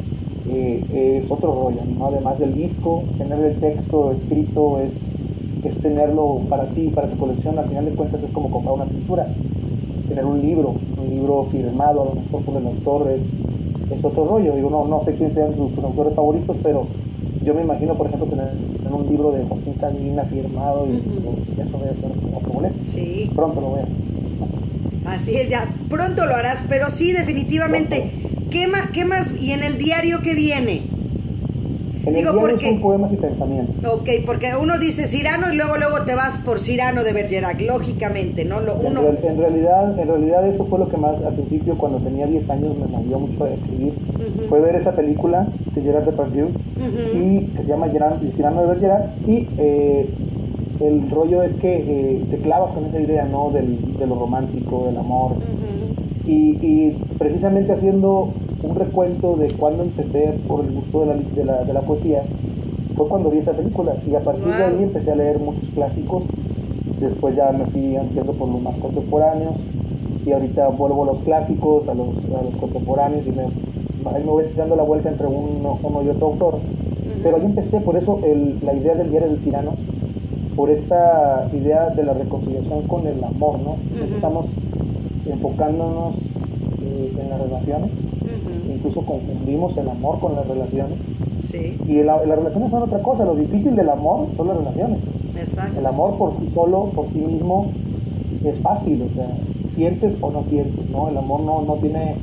es otro rollo, ¿no? Además del disco, tener el texto escrito es tenerlo para ti, para tu colección. Al final de cuentas es como comprar una pintura. Tener un libro firmado a lo mejor por el autor es otro rollo. Digo, no sé quién sean tus autores favoritos, pero yo me imagino, por ejemplo, tener un libro de Joaquín Sabina firmado y eso debe ser otro boleto. Sí. Pronto lo voy a hacer. Así es, ya pronto lo harás, pero sí, definitivamente. ¿Qué más? ¿Y en el diario qué viene? En el diario son poemas y pensamientos. Ok, porque uno dice Cyrano y luego te vas por Cyrano de Bergerac, lógicamente, ¿no? En realidad eso fue lo que más al principio, cuando tenía 10 años, me movió mucho a escribir. Fue ver esa película de Gerard Depardieu y que se llama Cyrano de Bergerac, y el rollo es que te clavas con esa idea, ¿no? De lo romántico, del amor. Y precisamente haciendo un recuento de cuando empecé por el gusto de la poesía, fue cuando vi esa película, y a partir de ahí empecé a leer muchos clásicos. Después ya me fui ampliando por los más contemporáneos, y ahorita vuelvo a los clásicos, a los contemporáneos, y ahí me voy dando la vuelta entre uno y otro autor. Pero ahí empecé, por eso la idea del diario de Cyrano, por esta idea de la reconciliación con el amor, ¿no? Siempre estamos enfocándonos en las relaciones, incluso confundimos el amor con las relaciones. Sí. Y las relaciones son otra cosa, lo difícil del amor son las relaciones. Exacto. El amor por sí solo, por sí mismo, es fácil, o sea, sientes o no sientes, ¿no? El amor no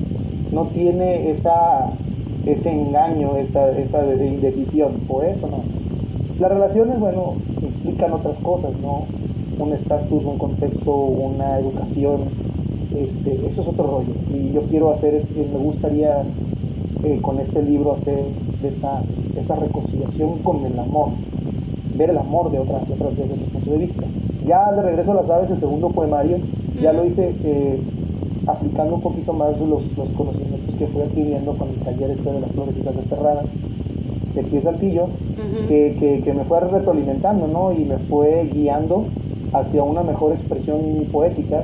tiene ese engaño, esa indecisión, por eso no. Las relaciones, bueno, implican otras cosas, ¿no? Un estatus, un contexto, una educación, eso es otro rollo. Y yo quiero me gustaría con este libro hacer esa reconciliación con el amor, ver el amor desde otro punto de vista. Ya de regreso a las aves, el segundo poemario, ya lo hice aplicando un poquito más los conocimientos que fui adquiriendo con el taller de las florecitas desterradas de aquí de Saltillo, que me fue retroalimentando, ¿no? Y me fue guiando hacia una mejor expresión poética,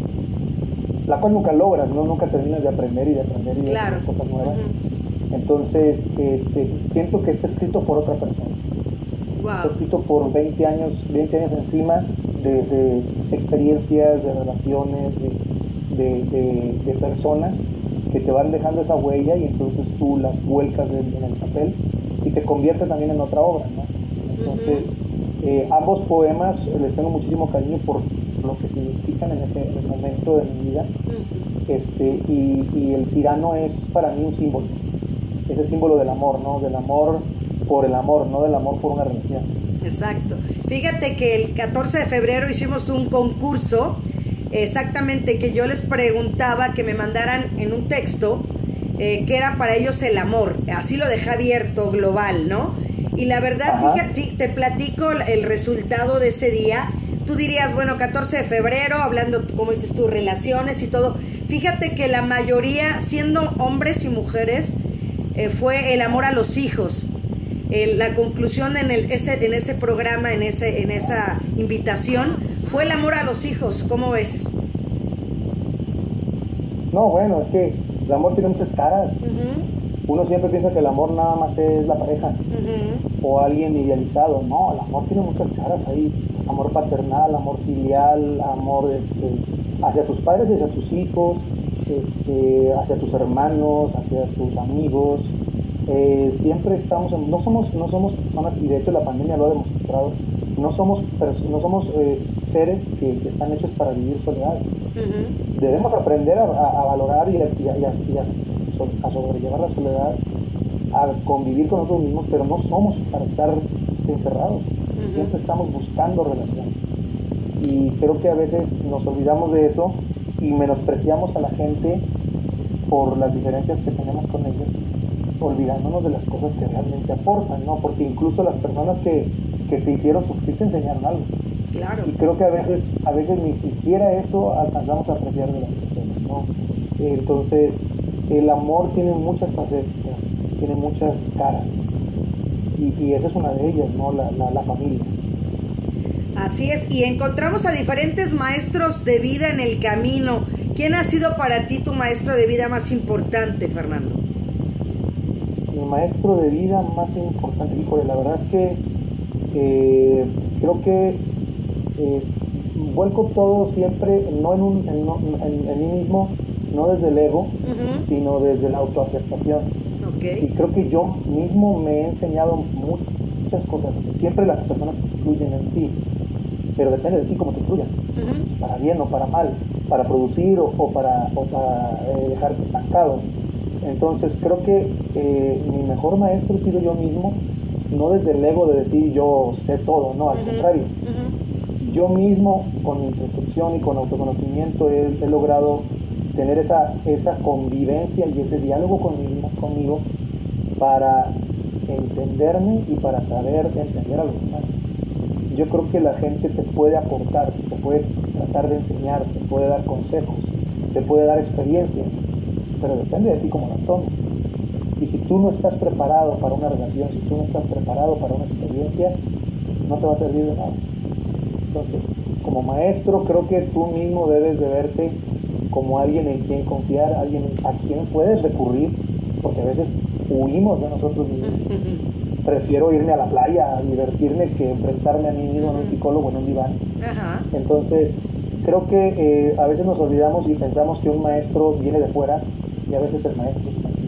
la cual nunca logras, ¿no? Nunca terminas de aprender y de claro. hacer cosas nuevas. Entonces, siento que está escrito por otra persona. Wow. Está escrito por 20 años encima de experiencias, de relaciones, de personas que te van dejando esa huella, y entonces tú las vuelcas en el papel y se convierte también en otra obra, ¿no? Entonces, ambos poemas les tengo muchísimo cariño por lo que significan en ese momento de mi vida. Y el Cyrano es para mí un símbolo, ese símbolo del amor, ¿no? Del amor por el amor, no del amor por una relación. Exacto. Fíjate que el 14 de febrero hicimos un concurso, exactamente, que yo les preguntaba que me mandaran en un texto que era para ellos el amor, así lo dejé abierto, global, ¿no? Y la verdad, fíjate, te platico el resultado de ese día. Tú dirías, bueno, 14 de febrero, hablando, como dices tú, relaciones y todo. Fíjate que la mayoría, siendo hombres y mujeres, fue el amor a los hijos. La conclusión en ese programa, en esa invitación, fue el amor a los hijos. ¿Cómo ves? No, bueno, es que el amor tiene muchas caras. Uno siempre piensa que el amor nada más es la pareja o alguien idealizado. No, el amor tiene muchas caras. Hay amor paternal, amor filial, amor hacia tus padres y hacia tus hijos, hacia tus hermanos, hacia tus amigos. Siempre estamos, no somos personas, y de hecho la pandemia lo ha demostrado, no somos seres que están hechos para vivir soledad. Uh-huh. Debemos aprender a valorar y a sobrellevar la soledad, a convivir con nosotros mismos, pero no somos para estar encerrados. Uh-huh. Siempre estamos buscando relación. Y creo que a veces nos olvidamos de eso y menospreciamos a la gente por las diferencias que tenemos con ellos, olvidándonos de las cosas que realmente aportan, ¿no? Porque incluso las personas que te hicieron sufrir te enseñaron algo. Claro. Y creo que a veces ni siquiera eso alcanzamos a apreciar de las personas, ¿no? Entonces, el amor tiene muchas facetas, tiene muchas caras. Y esa es una de ellas, ¿no? La familia. Así es, y encontramos a diferentes maestros de vida en el camino. ¿Quién ha sido para ti tu maestro de vida más importante, Fernando? Mi maestro de vida más importante, híjole, la verdad es que creo que vuelco todo siempre, no en mí mismo, no desde el ego, uh-huh, sino desde la autoaceptación. Okay. Y creo que yo mismo me he enseñado muchas cosas. Siempre las personas influyen en ti, pero depende de ti cómo te influyan, uh-huh, para bien o para mal, para producir o para dejarte estancado. Entonces creo que mi mejor maestro he sido yo mismo, no desde el ego de decir yo sé todo, no, al uh-huh, contrario. Uh-huh. Yo mismo, con introspección y con autoconocimiento, he logrado tener esa convivencia y ese diálogo conmigo para entenderme y para saber entender a los demás. Yo creo que la gente te puede aportar, te puede tratar de enseñar, te puede dar consejos, te puede dar experiencias, pero depende de ti cómo las tomes. Y si tú no estás preparado para una relación, si tú no estás preparado para una experiencia, pues no te va a servir de nada. Entonces, como maestro, creo que tú mismo debes de verte como alguien en quien confiar, alguien a quien puedes recurrir, porque a veces huimos de nosotros mismos. Prefiero irme a la playa a divertirme que enfrentarme a mí mismo en un psicólogo en un diván. Uh-huh. Entonces, creo que a veces nos olvidamos y pensamos que un maestro viene de fuera y a veces el maestro está aquí.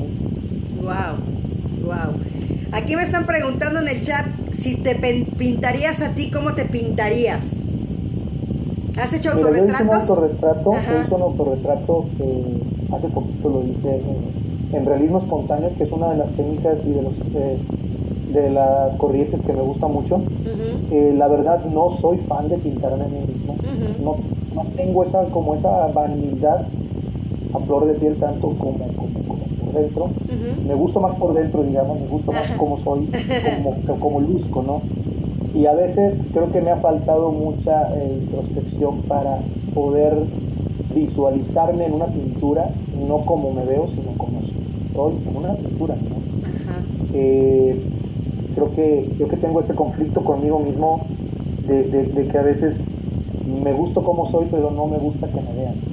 Wow. Aquí me están preguntando en el chat si te pintarías a ti, ¿cómo te pintarías? ¿Has hecho autorretratos? He hecho un autorretrato que hace poquito lo hice en realismo espontáneo, que es una de las técnicas y de las corrientes que me gusta mucho. Uh-huh. La verdad no soy fan de pintarme a mí mismo. Uh-huh. No tengo esa vanidad a flor de piel tanto como por dentro. Uh-huh. Me gusto más por dentro, digamos, me gusta más como soy, como luzco, ¿no? Y a veces creo que me ha faltado mucha introspección para poder visualizarme en una pintura, no como me veo, sino como soy en una pintura, ¿no? Creo que tengo ese conflicto conmigo mismo de que a veces me gusto como soy, pero no me gusta que me vean.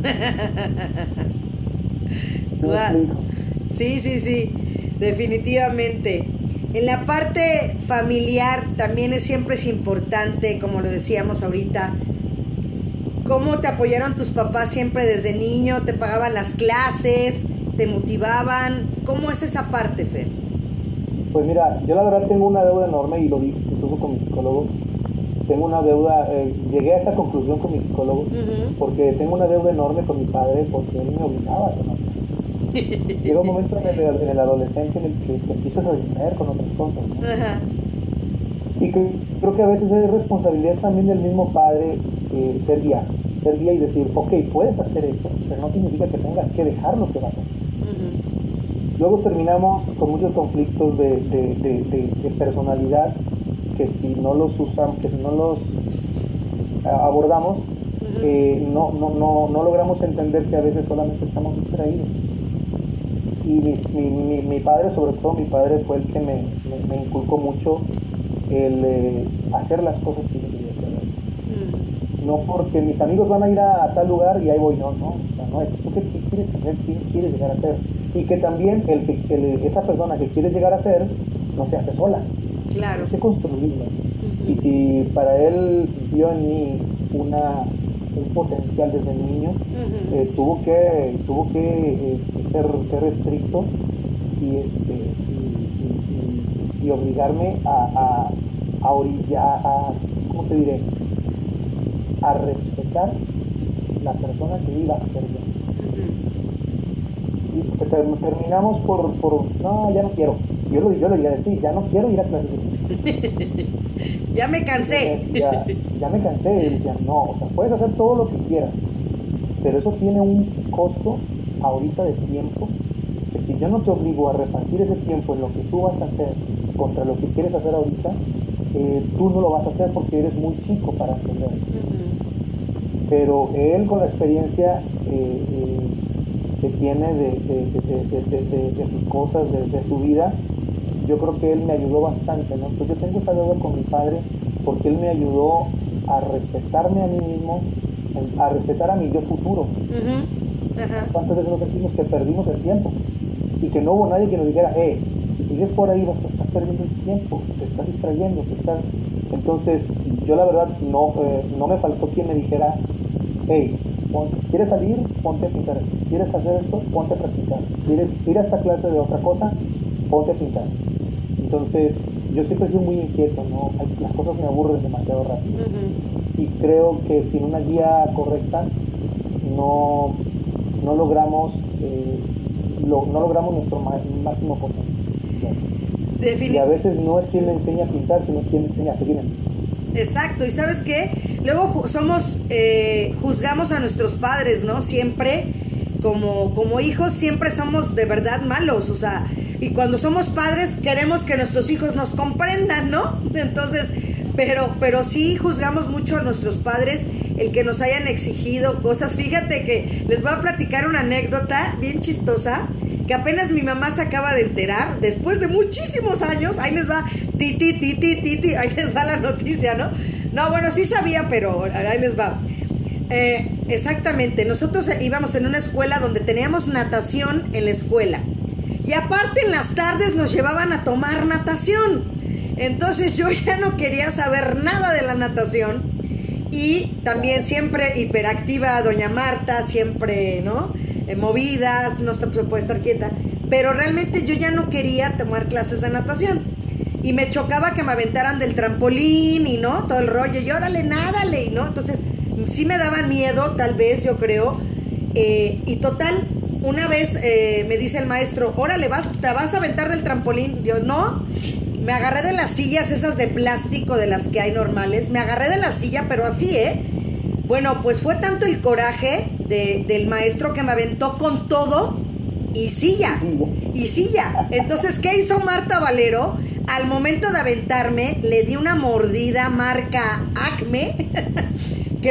Wow. Sí, definitivamente. En la parte familiar también siempre es importante, como lo decíamos ahorita, ¿cómo te apoyaron tus papás siempre desde niño? ¿Te pagaban las clases? ¿Te motivaban? ¿Cómo es esa parte, Fer? Pues mira, yo la verdad tengo una deuda enorme, y lo vi incluso con mi psicólogo. Tengo una deuda, llegué a esa conclusión con mi psicólogo, uh-huh, porque tengo una deuda enorme con mi padre, porque él me obligaba a tomar clases. Llega un momento en el adolescente en el que te empiezas a distraer con otras cosas, ¿no? Uh-huh. Y creo que a veces es responsabilidad también del mismo padre ser guía y decir, ok, puedes hacer eso, pero no significa que tengas que dejar lo que vas a hacer. Uh-huh. Luego terminamos con muchos conflictos de personalidad que si no los usamos, que si no los abordamos, uh-huh, no logramos entender que a veces solamente estamos distraídos. Y mi padre, sobre todo mi padre, fue el que me inculcó mucho el hacer las cosas que yo quería hacer. No porque mis amigos van a ir a tal lugar y ahí voy, no. O sea, no es tú qué quieres hacer, quién quieres llegar a ser. Y que también esa persona que quieres llegar a ser no se hace sola. Claro. Tienes que construirla. Uh-huh. Y si para él vio en mí una un potencial desde niño, tuvo que ser estricto y obligarme a orillar, ¿cómo te diré? A respetar la persona que iba a ser yo. Sí, porque terminamos por no, ya no quiero. Yo le dije, sí, ya no quiero ir a clases de ya me cansé. Ya me cansé. Y decían, no, o sea, puedes hacer todo lo que quieras, pero eso tiene un costo ahorita de tiempo, que si yo no te obligo a repartir ese tiempo en lo que tú vas a hacer contra lo que quieres hacer ahorita, tú no lo vas a hacer porque eres muy chico para aprender. Pero él, con la experiencia que tiene de sus cosas, de su vida, yo creo que él me ayudó bastante, ¿no? Entonces yo tengo esa deuda con mi padre porque él me ayudó a respetarme a mí mismo, a respetar a mi yo futuro. ¿Cuántas veces nos sentimos que perdimos el tiempo? Y que no hubo nadie que nos dijera, si sigues por ahí estás perdiendo el tiempo, te estás distrayendo, Entonces, yo la verdad no me faltó quien me dijera, ¿quieres salir? Ponte a pintar esto. ¿Quieres hacer esto? Ponte a practicar. ¿Quieres ir a esta clase de otra cosa? Ponte a pintar. Entonces, yo siempre he sido muy inquieto, ¿no? Las cosas me aburren demasiado rápido. Y creo que sin una guía correcta no logramos nuestro máximo potencial. Y a veces no es quien le enseña a pintar, sino quien le enseña a seguir en pintar. Exacto, y ¿sabes qué? Luego juzgamos a nuestros padres, ¿no? Siempre, como hijos, siempre somos de verdad malos, o sea, y cuando somos padres queremos que nuestros hijos nos comprendan, ¿no? Entonces, pero sí juzgamos mucho a nuestros padres, el que nos hayan exigido cosas. Fíjate que les voy a platicar una anécdota bien chistosa, que apenas mi mamá se acaba de enterar, después de muchísimos años. Ahí les va, ahí les va la noticia, ¿no? No, bueno, sí sabía, pero ahí les va. Exactamente, nosotros íbamos en una escuela donde teníamos natación en la escuela. Y aparte en las tardes nos llevaban a tomar natación. Entonces yo ya no quería saber nada de la natación. Y también siempre hiperactiva doña Marta, siempre, ¿no? Movidas, no se puede estar quieta. Pero realmente yo ya no quería tomar clases de natación. Y me chocaba que me aventaran del trampolín y, ¿no? Todo el rollo. Y órale, nádale, ¿no? Entonces sí me daba miedo, tal vez, yo creo. Y total, una vez me dice el maestro, órale, te vas a aventar del trampolín. Yo, no. Me agarré de las sillas esas de plástico, de las que hay normales. Me agarré de la silla, pero así, Bueno, pues fue tanto el coraje del maestro que me aventó con todo y silla. Entonces, ¿qué hizo Marta Valero? Al momento de aventarme, le di una mordida marca Acme, que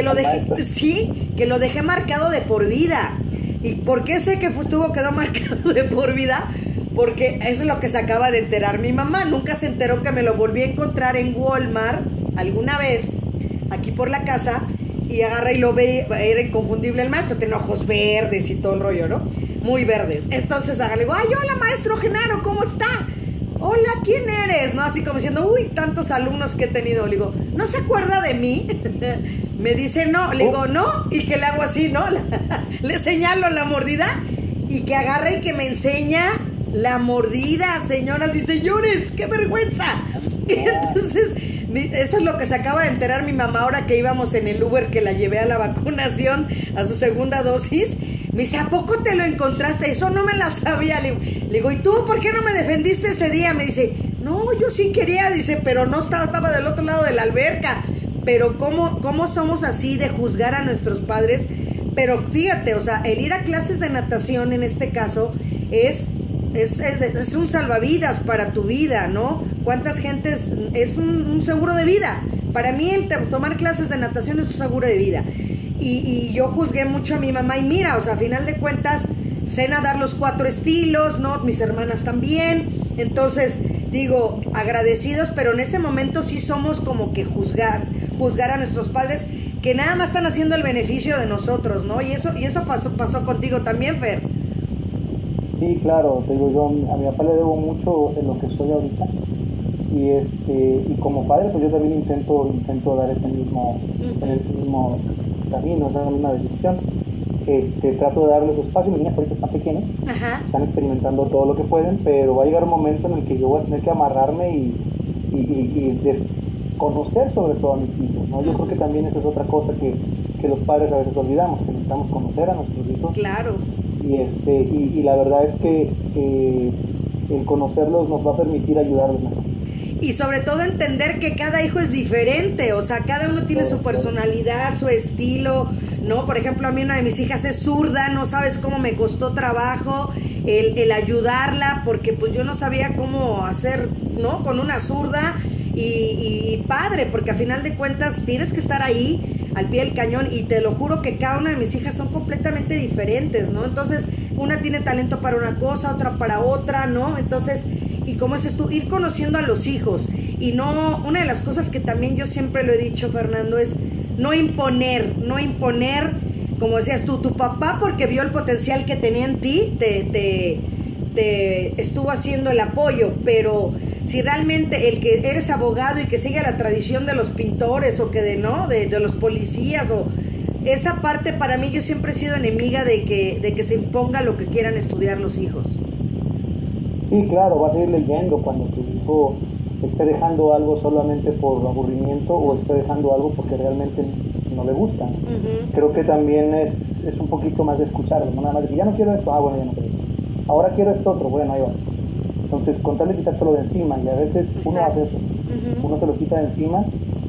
lo dejé marcado de por vida. ¿Y por qué sé que quedó marcado de por vida? Porque eso es lo que se acaba de enterar mi mamá. Nunca se enteró que me lo volví a encontrar en Walmart alguna vez, aquí por la casa, y agarra y lo ve, era inconfundible el maestro, tiene ojos verdes y todo el rollo, ¿no? Muy verdes. Entonces agarra y digo, ay, hola maestro Genaro, ¿cómo está? Hola, ¿quién eres? ¿No? Así como diciendo, uy, tantos alumnos que he tenido. Le digo, ¿no se acuerda de mí? Me dice, no. Le digo, no. Y que le hago así, ¿no? Le señalo la mordida y que agarra y que me enseña la mordida, señoras y señores. ¡Qué vergüenza! Y entonces, eso es lo que se acaba de enterar mi mamá ahora que íbamos en el Uber, que la llevé a la vacunación, a su segunda dosis. Me dice, ¿a poco te lo encontraste? Eso no me la sabía. Le digo, ¿y tú por qué no me defendiste ese día? Me dice, no, yo sí quería, dice, pero no estaba del otro lado de la alberca. Pero ¿cómo somos así de juzgar a nuestros padres? Pero fíjate, o sea, el ir a clases de natación en este caso es un salvavidas para tu vida, ¿no? ¿Cuántas gentes? Es un seguro de vida. Para mí el tomar clases de natación es un seguro de vida. Y yo juzgué mucho a mi mamá y mira, o sea, a final de cuentas sé nadar los 4 estilos, ¿no? Mis hermanas también. Entonces, digo, agradecidos, pero en ese momento sí somos como que juzgar a nuestros padres que nada más están haciendo el beneficio de nosotros, ¿no? Y eso pasó contigo también, Fer. Sí, claro, te digo, yo a mi papá le debo mucho en lo que soy ahorita. Y como padre, pues yo también intento dar ese mismo camino, esa misma decisión. Trato de darles espacio. Mis niñas ahorita están pequeñas, Ajá. están experimentando todo lo que pueden, pero va a llegar un momento en el que yo voy a tener que amarrarme y desconocer sobre todo a mis hijos, ¿no? Yo creo que también esa es otra cosa que los padres a veces olvidamos, que necesitamos conocer a nuestros hijos. Claro. Y la verdad es que el conocerlos nos va a permitir ayudarlos mejor. Y sobre todo entender que cada hijo es diferente, o sea, cada uno tiene su personalidad, su estilo, ¿no? Por ejemplo, a mí una de mis hijas es zurda, no sabes cómo me costó trabajo el ayudarla, porque pues yo no sabía cómo hacer, ¿no? Con una zurda y padre, porque a final de cuentas tienes que estar ahí al pie del cañón, y te lo juro que cada una de mis hijas son completamente diferentes, ¿no? Entonces, una tiene talento para una cosa, otra para otra, ¿no? Entonces, y como dices tú, ir conociendo a los hijos. Y no, una de las cosas que también yo siempre lo he dicho, Fernando, es no imponer, como decías tú, tu papá, porque vio el potencial que tenía en ti, te estuvo haciendo el apoyo, pero si realmente el que eres abogado y que sigue la tradición de los pintores o que de los policías, o esa parte, para mí yo siempre he sido enemiga de que se imponga lo que quieran estudiar los hijos. Sí, claro, vas a ir leyendo cuando tu hijo esté dejando algo solamente por aburrimiento o esté dejando algo porque realmente no le gusta. Uh-huh. Creo que también es un poquito más de escucharlo, no nada más de que ya no quiero esto, bueno, ya no quiero. Ahora quiero esto otro, bueno, ahí vas. Entonces, con tal de quitártelo de encima, y a veces uno hace eso, uno se lo quita de encima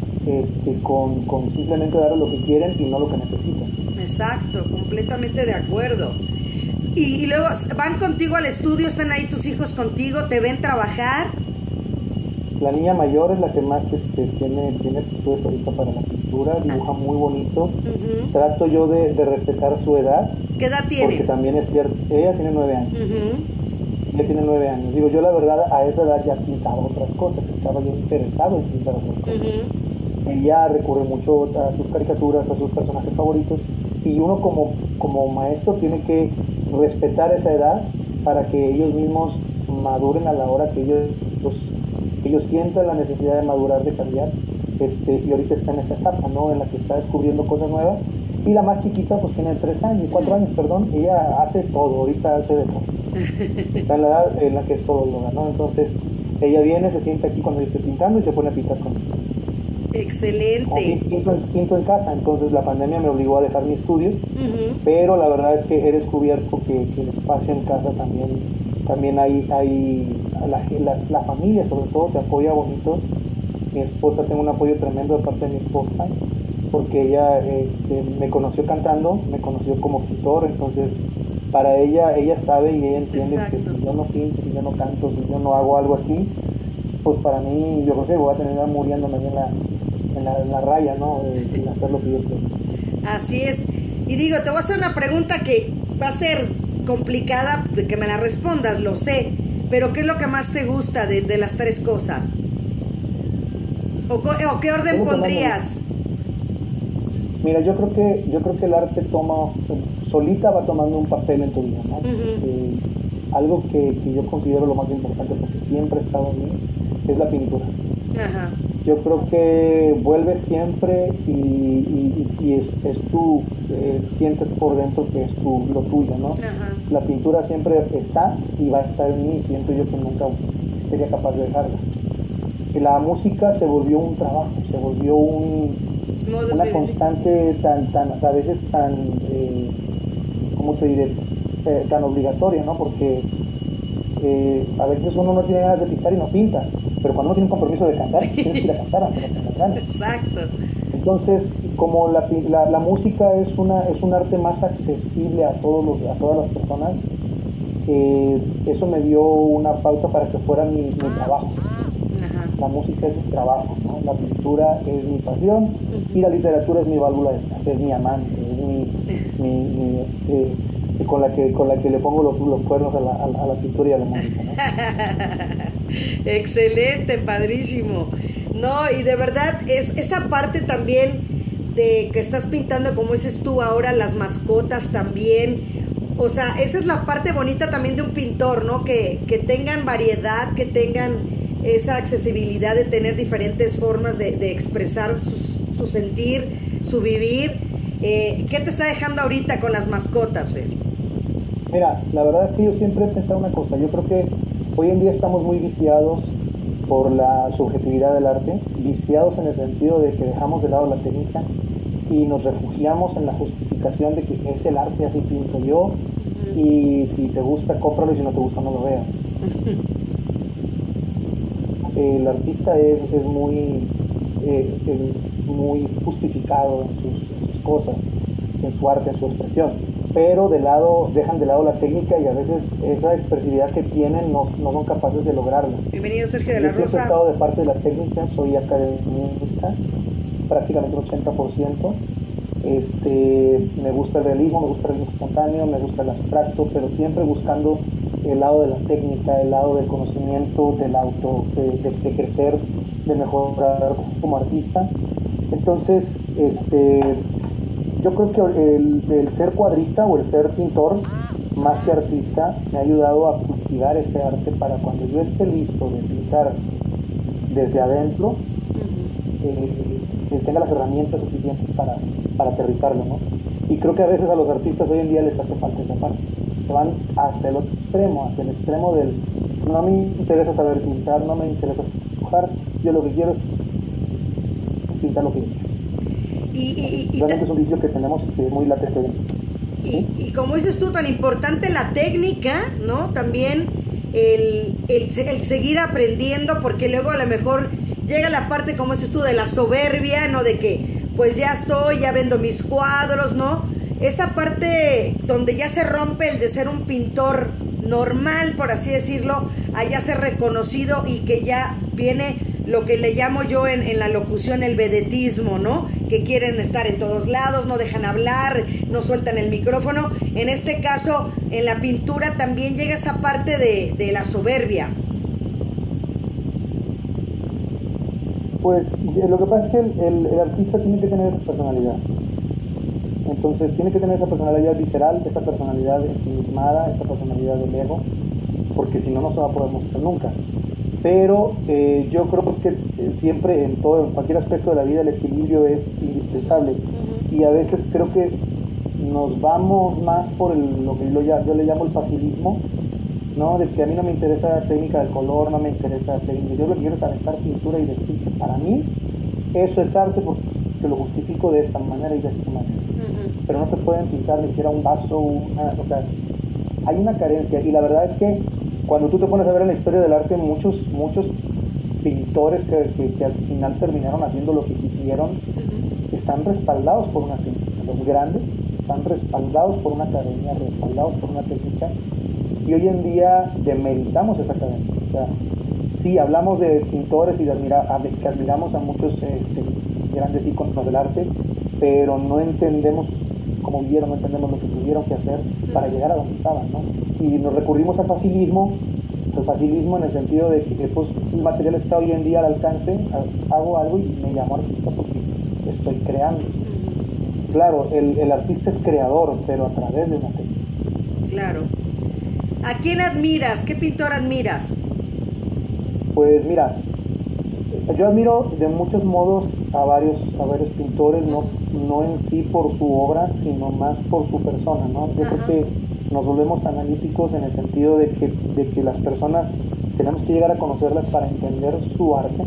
con simplemente darle lo que quieren y no lo que necesitan. Exacto, completamente de acuerdo. Y luego, ¿van contigo al estudio? ¿Están ahí tus hijos contigo? ¿Te ven trabajar? La niña mayor es la que más tiene aptitudes ahorita para la pintura, dibuja muy bonito. Uh-huh. Trato yo de respetar su edad. ¿Qué edad tiene? Porque también es cierto, ella tiene 9 años. Uh-huh. Ella tiene 9 años. Digo, yo la verdad a esa edad ya pintaba otras cosas, estaba yo interesado en pintar otras cosas. Uh-huh. Ella recurre mucho a sus caricaturas, a sus personajes favoritos, y uno como maestro tiene que respetar esa edad para que ellos mismos maduren a la hora que ellos sientan la necesidad de madurar, de cambiar, y ahorita está en esa etapa, ¿no? En la que está descubriendo cosas nuevas. Y la más chiquita pues tiene 4 años, perdón, ella hace todo, ahorita hace de todo. Está en la edad en la que es todo yoga, ¿no? Entonces ella viene, se sienta aquí cuando yo estoy pintando y se pone a pintar conmigo. Excelente. Pinto en casa, entonces la pandemia me obligó a dejar mi estudio, Uh-huh. pero la verdad es que he descubierto que el espacio en casa también hay la familia sobre todo te apoya bonito. Mi esposa, tengo un apoyo tremendo de parte de mi esposa, porque ella me conoció cantando, me conoció como pintor, entonces para ella sabe y ella entiende. Exacto. Que si yo no pinto, si yo no canto, si yo no hago algo así, pues para mí yo creo que voy a terminar muriéndome en la raya, ¿no? Sin hacer lo que yo quiero. Así es. Y digo, te voy a hacer una pregunta que va a ser complicada de que me la respondas, lo sé, pero ¿qué es lo que más te gusta de las 3 cosas? ¿O qué orden pondrías? Mira, yo creo que el arte solita va tomando un papel en tu vida, ¿no? Uh-huh. Algo que yo considero lo más importante, porque siempre ha estado en mí, es la pintura. Ajá. Yo creo que vuelve siempre y es tú, sientes por dentro que es lo tuyo, ¿no? Ajá. La pintura siempre está y va a estar en mí, y siento yo que nunca sería capaz de dejarla. Y la música se volvió un trabajo, se volvió una constante a veces ¿cómo te diré? Tan obligatoria, ¿no? Porque a veces uno no tiene ganas de pintar y no pinta, pero cuando uno tiene un compromiso de cantar, tienes que ir a cantar aunque no tengas ganas. Exacto. Entonces, como la música es un arte más accesible a todas las personas, eso me dio una pauta para que fuera mi trabajo. Ajá. La música es mi trabajo, ¿no? La pintura es mi pasión y la literatura es mi válvula de escape, es mi amante, es con la que le pongo los cuernos a la pintura y a la música, ¿no? Excelente, padrísimo. No, y de verdad es esa parte también de que estás pintando, como dices tú ahora, las mascotas también. O sea, esa es la parte bonita también de un pintor, ¿no? Que tengan variedad, que tengan esa accesibilidad de tener diferentes formas de expresar su sentir, su vivir. ¿Qué te está dejando ahorita con las mascotas, Fer? Mira, la verdad es que yo siempre he pensado una cosa. Yo creo que hoy en día estamos muy viciados por la subjetividad del arte, viciados en el sentido de que dejamos de lado la técnica y nos refugiamos en la justificación de que es el arte, así pinto yo, y si te gusta, cómpralo, y si no te gusta, no lo veas. El artista es muy justificado en sus cosas, en su arte, en su expresión, pero dejan de lado la técnica, y a veces esa expresividad que tienen no son capaces de lograrla. Bienvenido, Sergio de la Rosa. Yo siempre he estado de parte de la técnica, soy academista, prácticamente un 80%. Me gusta el realismo espontáneo, me gusta el abstracto, pero siempre buscando el lado de la técnica, el lado del conocimiento, de crecer, de mejorar como artista. Entonces, yo creo que el ser cuadrista o el ser pintor, más que artista, me ha ayudado a cultivar ese arte para cuando yo esté listo de pintar desde adentro, tenga las herramientas suficientes para aterrizarlo, ¿no? Y creo que a veces a los artistas hoy en día les hace falta esa parte. Se van hacia el otro extremo, hacia el extremo del no me interesa saber pintar, no me interesa dibujar, yo lo que quiero es pintar lo que yo quiero. Realmente es un vicio que tenemos que es muy latente hoy en día. Y como dices tú, tan importante la técnica, ¿no? También el seguir aprendiendo, porque luego a lo mejor llega la parte, como dices tú, de la soberbia, ¿no? De que pues ya vendo mis cuadros, ¿no? Esa parte donde ya se rompe el de ser un pintor normal, por así decirlo, a ya ser reconocido, y que ya viene lo que le llamo yo en la locución el vedetismo, ¿no? Que quieren estar en todos lados, no dejan hablar, no sueltan el micrófono. En este caso, en la pintura también llega esa parte de la soberbia. Pues lo que pasa es que el artista tiene que tener esa personalidad. Entonces tiene que tener esa personalidad visceral, esa personalidad ensimismada, esa personalidad del ego, porque si no, no se va a poder mostrar nunca. Pero yo creo que siempre en cualquier aspecto de la vida, el equilibrio es indispensable. Y a veces creo que nos vamos más por lo que yo le llamo el facilismo, ¿no? De que a mí no me interesa la técnica del color, no me interesa la técnica. Yo lo que quiero es aventar pintura y decir que para mí eso es arte, porque lo justifico de esta manera y de esta manera. Pero no te pueden pintar ni siquiera un vaso, o sea, hay una carencia. Y la verdad es que cuando tú te pones a ver en la historia del arte, muchos pintores que al final terminaron haciendo lo que quisieron, están respaldados por una técnica. Los grandes están respaldados por una academia, respaldados por una técnica, y hoy en día demeritamos esa academia. O sea, sí, hablamos de pintores y que admiramos a muchos grandes íconos del arte, pero no entendemos cómo vivieron, no entendemos lo que tuvieron que hacer para llegar a donde estaban, ¿no? Y nos recurrimos al facilismo en el sentido de que pues, el material está hoy en día al alcance, hago algo y me llamo artista porque estoy creando. Claro, el artista es creador, pero a través de una técnica. Claro. ¿A quién admiras? ¿Qué pintor admiras? Pues mira, yo admiro de muchos modos a varios pintores, no en sí por su obra, sino más por su persona, ¿no? Yo creo que nos volvemos analíticos en el sentido de que las personas tenemos que llegar a conocerlas para entender su arte.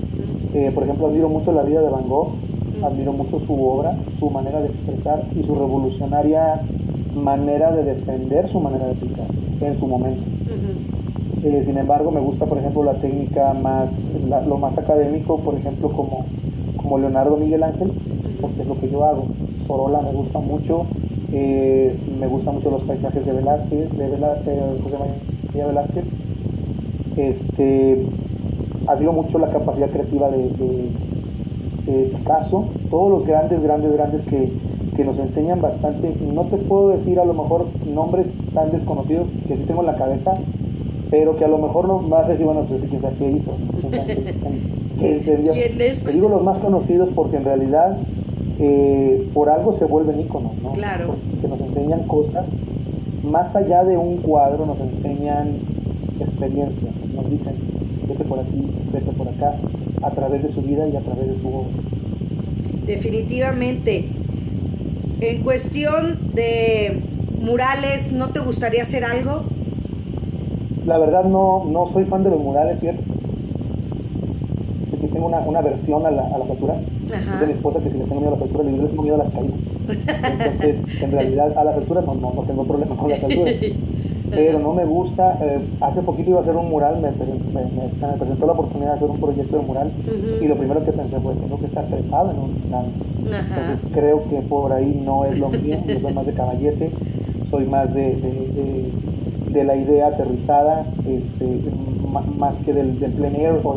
Por ejemplo, admiro mucho la vida de Van Gogh, admiro mucho su obra, su manera de expresar y su revolucionaria manera de defender su manera de pintar en su momento. Sin embargo, me gusta, por ejemplo, la técnica lo más académico, por ejemplo, como Leonardo, Miguel Ángel, porque es lo que yo hago. Sorolla me gusta mucho, me gustan mucho los paisajes de Velázquez, de José María Velázquez. Admiro mucho la capacidad creativa de Picasso, todos los grandes que nos enseñan bastante. No te puedo decir a lo mejor nombres tan desconocidos que sí tengo en la cabeza, pero que a lo mejor no vas a decir, bueno, pues quién sabe qué hizo, ¿Quién es? Te digo los más conocidos porque en realidad por algo se vuelven íconos, ¿no? Claro. Porque nos enseñan cosas más allá de un cuadro, nos enseñan experiencia, nos dicen vete por aquí, vete por acá, a través de su vida y a través de su obra. Definitivamente. En cuestión de murales, ¿no te gustaría hacer algo? La verdad no soy fan de los murales, fíjate. Que tengo una aversión a las alturas. Ajá. Dice mi esposa que si le tengo miedo a las alturas, le digo, le tengo miedo a las caídas. Entonces, en realidad, a las alturas no tengo problema con las alturas. Pero no me gusta. Hace poquito iba a hacer un mural, se me presentó la oportunidad de hacer un proyecto de mural. Y lo primero que pensé fue, tengo que estar trepado en un mural. Entonces, creo que por ahí no es lo mío. Yo soy más de caballete, soy más de la idea aterrizada, más que del plein air o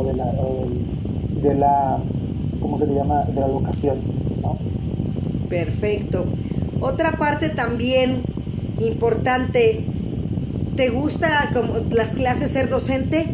de la ¿cómo se le llama? De la locación, ¿no? Perfecto. Otra parte también importante, ¿te gusta como las clases ser docente?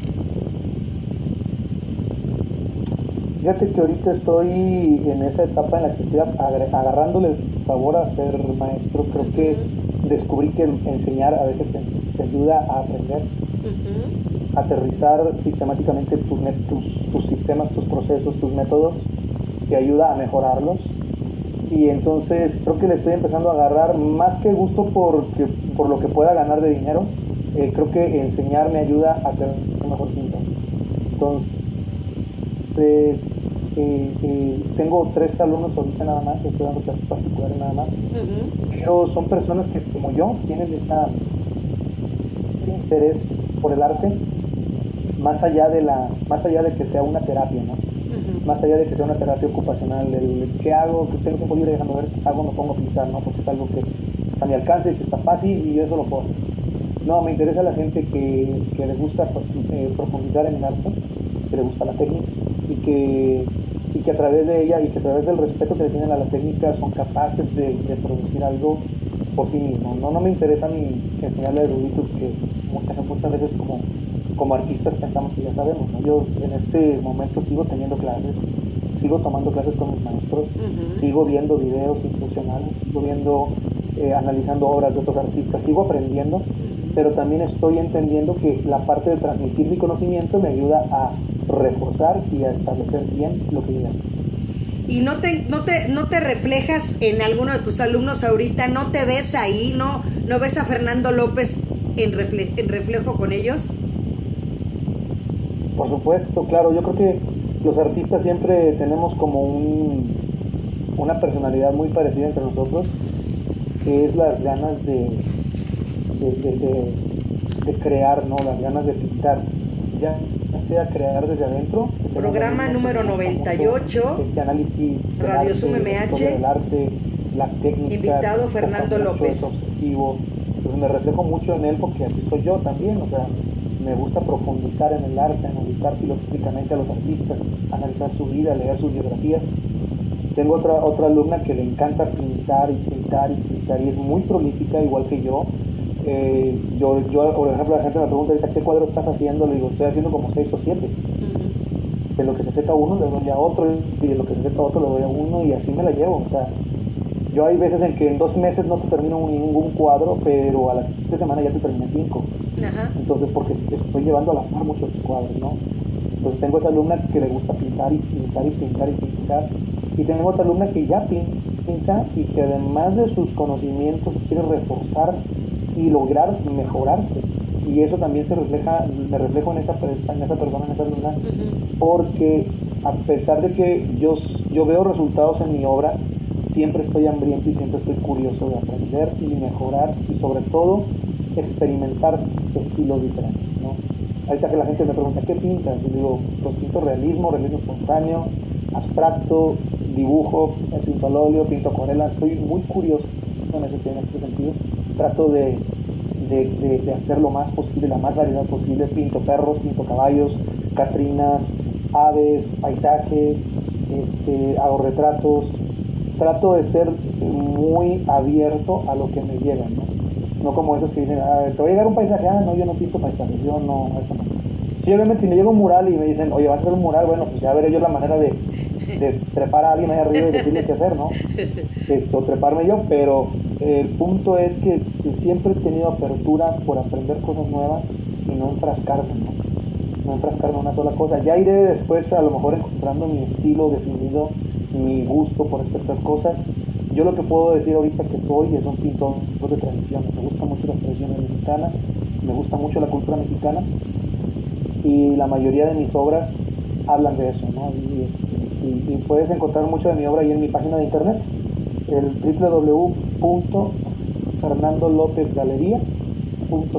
Fíjate que ahorita estoy en esa etapa en la que estoy agarrándole sabor a ser maestro. Creo que descubrí que enseñar a veces te ayuda a aprender, a aterrizar sistemáticamente tus sistemas, tus procesos, tus métodos, te ayuda a mejorarlos. Y entonces creo que le estoy empezando a agarrar más que gusto por lo que pueda ganar de dinero. Creo que enseñar me ayuda a ser un mejor pintor. Entonces tengo 3 alumnos ahorita nada más, estoy dando clases particulares nada más, pero son personas que como yo tienen ese interés por el arte, más allá de que sea una terapia, ¿no? Más allá de que sea una terapia ocupacional, ¿qué hago? ¿Qué tengo tiempo libre? Déjame ver qué hago, me pongo a pintar, ¿no? Porque es algo que está a mi alcance, que está fácil y yo eso lo puedo hacer. No, me interesa la gente que le gusta profundizar en el arte, que le gusta la técnica y que a través de ella y que a través del respeto que le tienen a la técnica son capaces de producir algo por sí mismos. No me interesa ni enseñarle a eruditos que muchas veces como artistas pensamos que ya sabemos, ¿no? Yo en este momento sigo teniendo clases, sigo tomando clases con mis maestros, sigo viendo videos instruccionales, sigo viendo, analizando obras de otros artistas, sigo aprendiendo, pero también estoy entendiendo que la parte de transmitir mi conocimiento me ayuda a reforzar y a establecer bien lo que yo hago. ¿Y no te reflejas en alguno de tus alumnos ahorita? ¿No te ves ahí? ¿No ves a Fernando López en reflejo con ellos? Por supuesto, claro. Yo creo que los artistas siempre tenemos como una personalidad muy parecida entre nosotros, que es las ganas de crear, ¿no? Las ganas de pintar, ya sea crear desde adentro. Programa número 98, análisis Radio Zoom MH, del arte, la técnica. Invitado Fernando López. Es obsesivo, entonces me reflejo mucho en él porque así soy yo también, o sea, me gusta profundizar en el arte, analizar filosóficamente a los artistas, analizar su vida, leer sus biografías. Tengo otra alumna que le encanta pintar y es muy prolífica, igual que yo. Yo, por ejemplo, la gente me pregunta ahorita qué cuadro estás haciendo, le digo, estoy haciendo como 6 o 7. De lo que se seca uno le doy a otro, y de lo que se seca a otro le doy a uno, y así me la llevo. O sea, yo hay veces en que en 2 meses no te termino ningún cuadro, pero a la siguiente semana ya te terminé 5. Entonces, porque estoy llevando a la par muchos cuadros, ¿no? Entonces tengo esa alumna que le gusta pintar y pintar. Y tengo otra alumna que ya pinta y que además de sus conocimientos quiere reforzar y lograr mejorarse. Y eso también me reflejo en esa persona, en esa alumna, porque a pesar de que yo veo resultados en mi obra, siempre estoy hambriento y siempre estoy curioso de aprender y mejorar y sobre todo experimentar estilos diferentes, ¿no? Ahorita que la gente me pregunta, ¿qué pintas? Y digo, pues pinto realismo espontáneo, abstracto, dibujo, pinto al óleo, pinto acuarela. Estoy muy curioso en este sentido. Trato de hacer lo más posible, la más variedad posible. Pinto perros, pinto caballos, catrinas, aves, paisajes, hago retratos. Trato de ser muy abierto a lo que me llega, ¿no? No como esos que dicen, te va a llegar un paisaje, no, yo no pinto paisajes, yo no, eso no. Sí, obviamente si me llega un mural y me dicen, oye, vas a hacer un mural, bueno, pues ya veré yo la manera de trepar a alguien ahí arriba y decirle qué hacer, ¿no? Treparme yo, pero el punto es que siempre he tenido apertura por aprender cosas nuevas y no enfrascarme, ¿no? No enfrascarme en una sola cosa. Ya iré después a lo mejor encontrando mi estilo definido, mi gusto por ciertas cosas, Yo lo que puedo decir ahorita que soy es un pintor de tradiciones. Me gustan mucho las tradiciones mexicanas, me gusta mucho la cultura mexicana y la mayoría de mis obras hablan de eso, ¿no? Y puedes encontrar mucho de mi obra ahí en mi página de internet, el www.fernandolopezgaleria.com.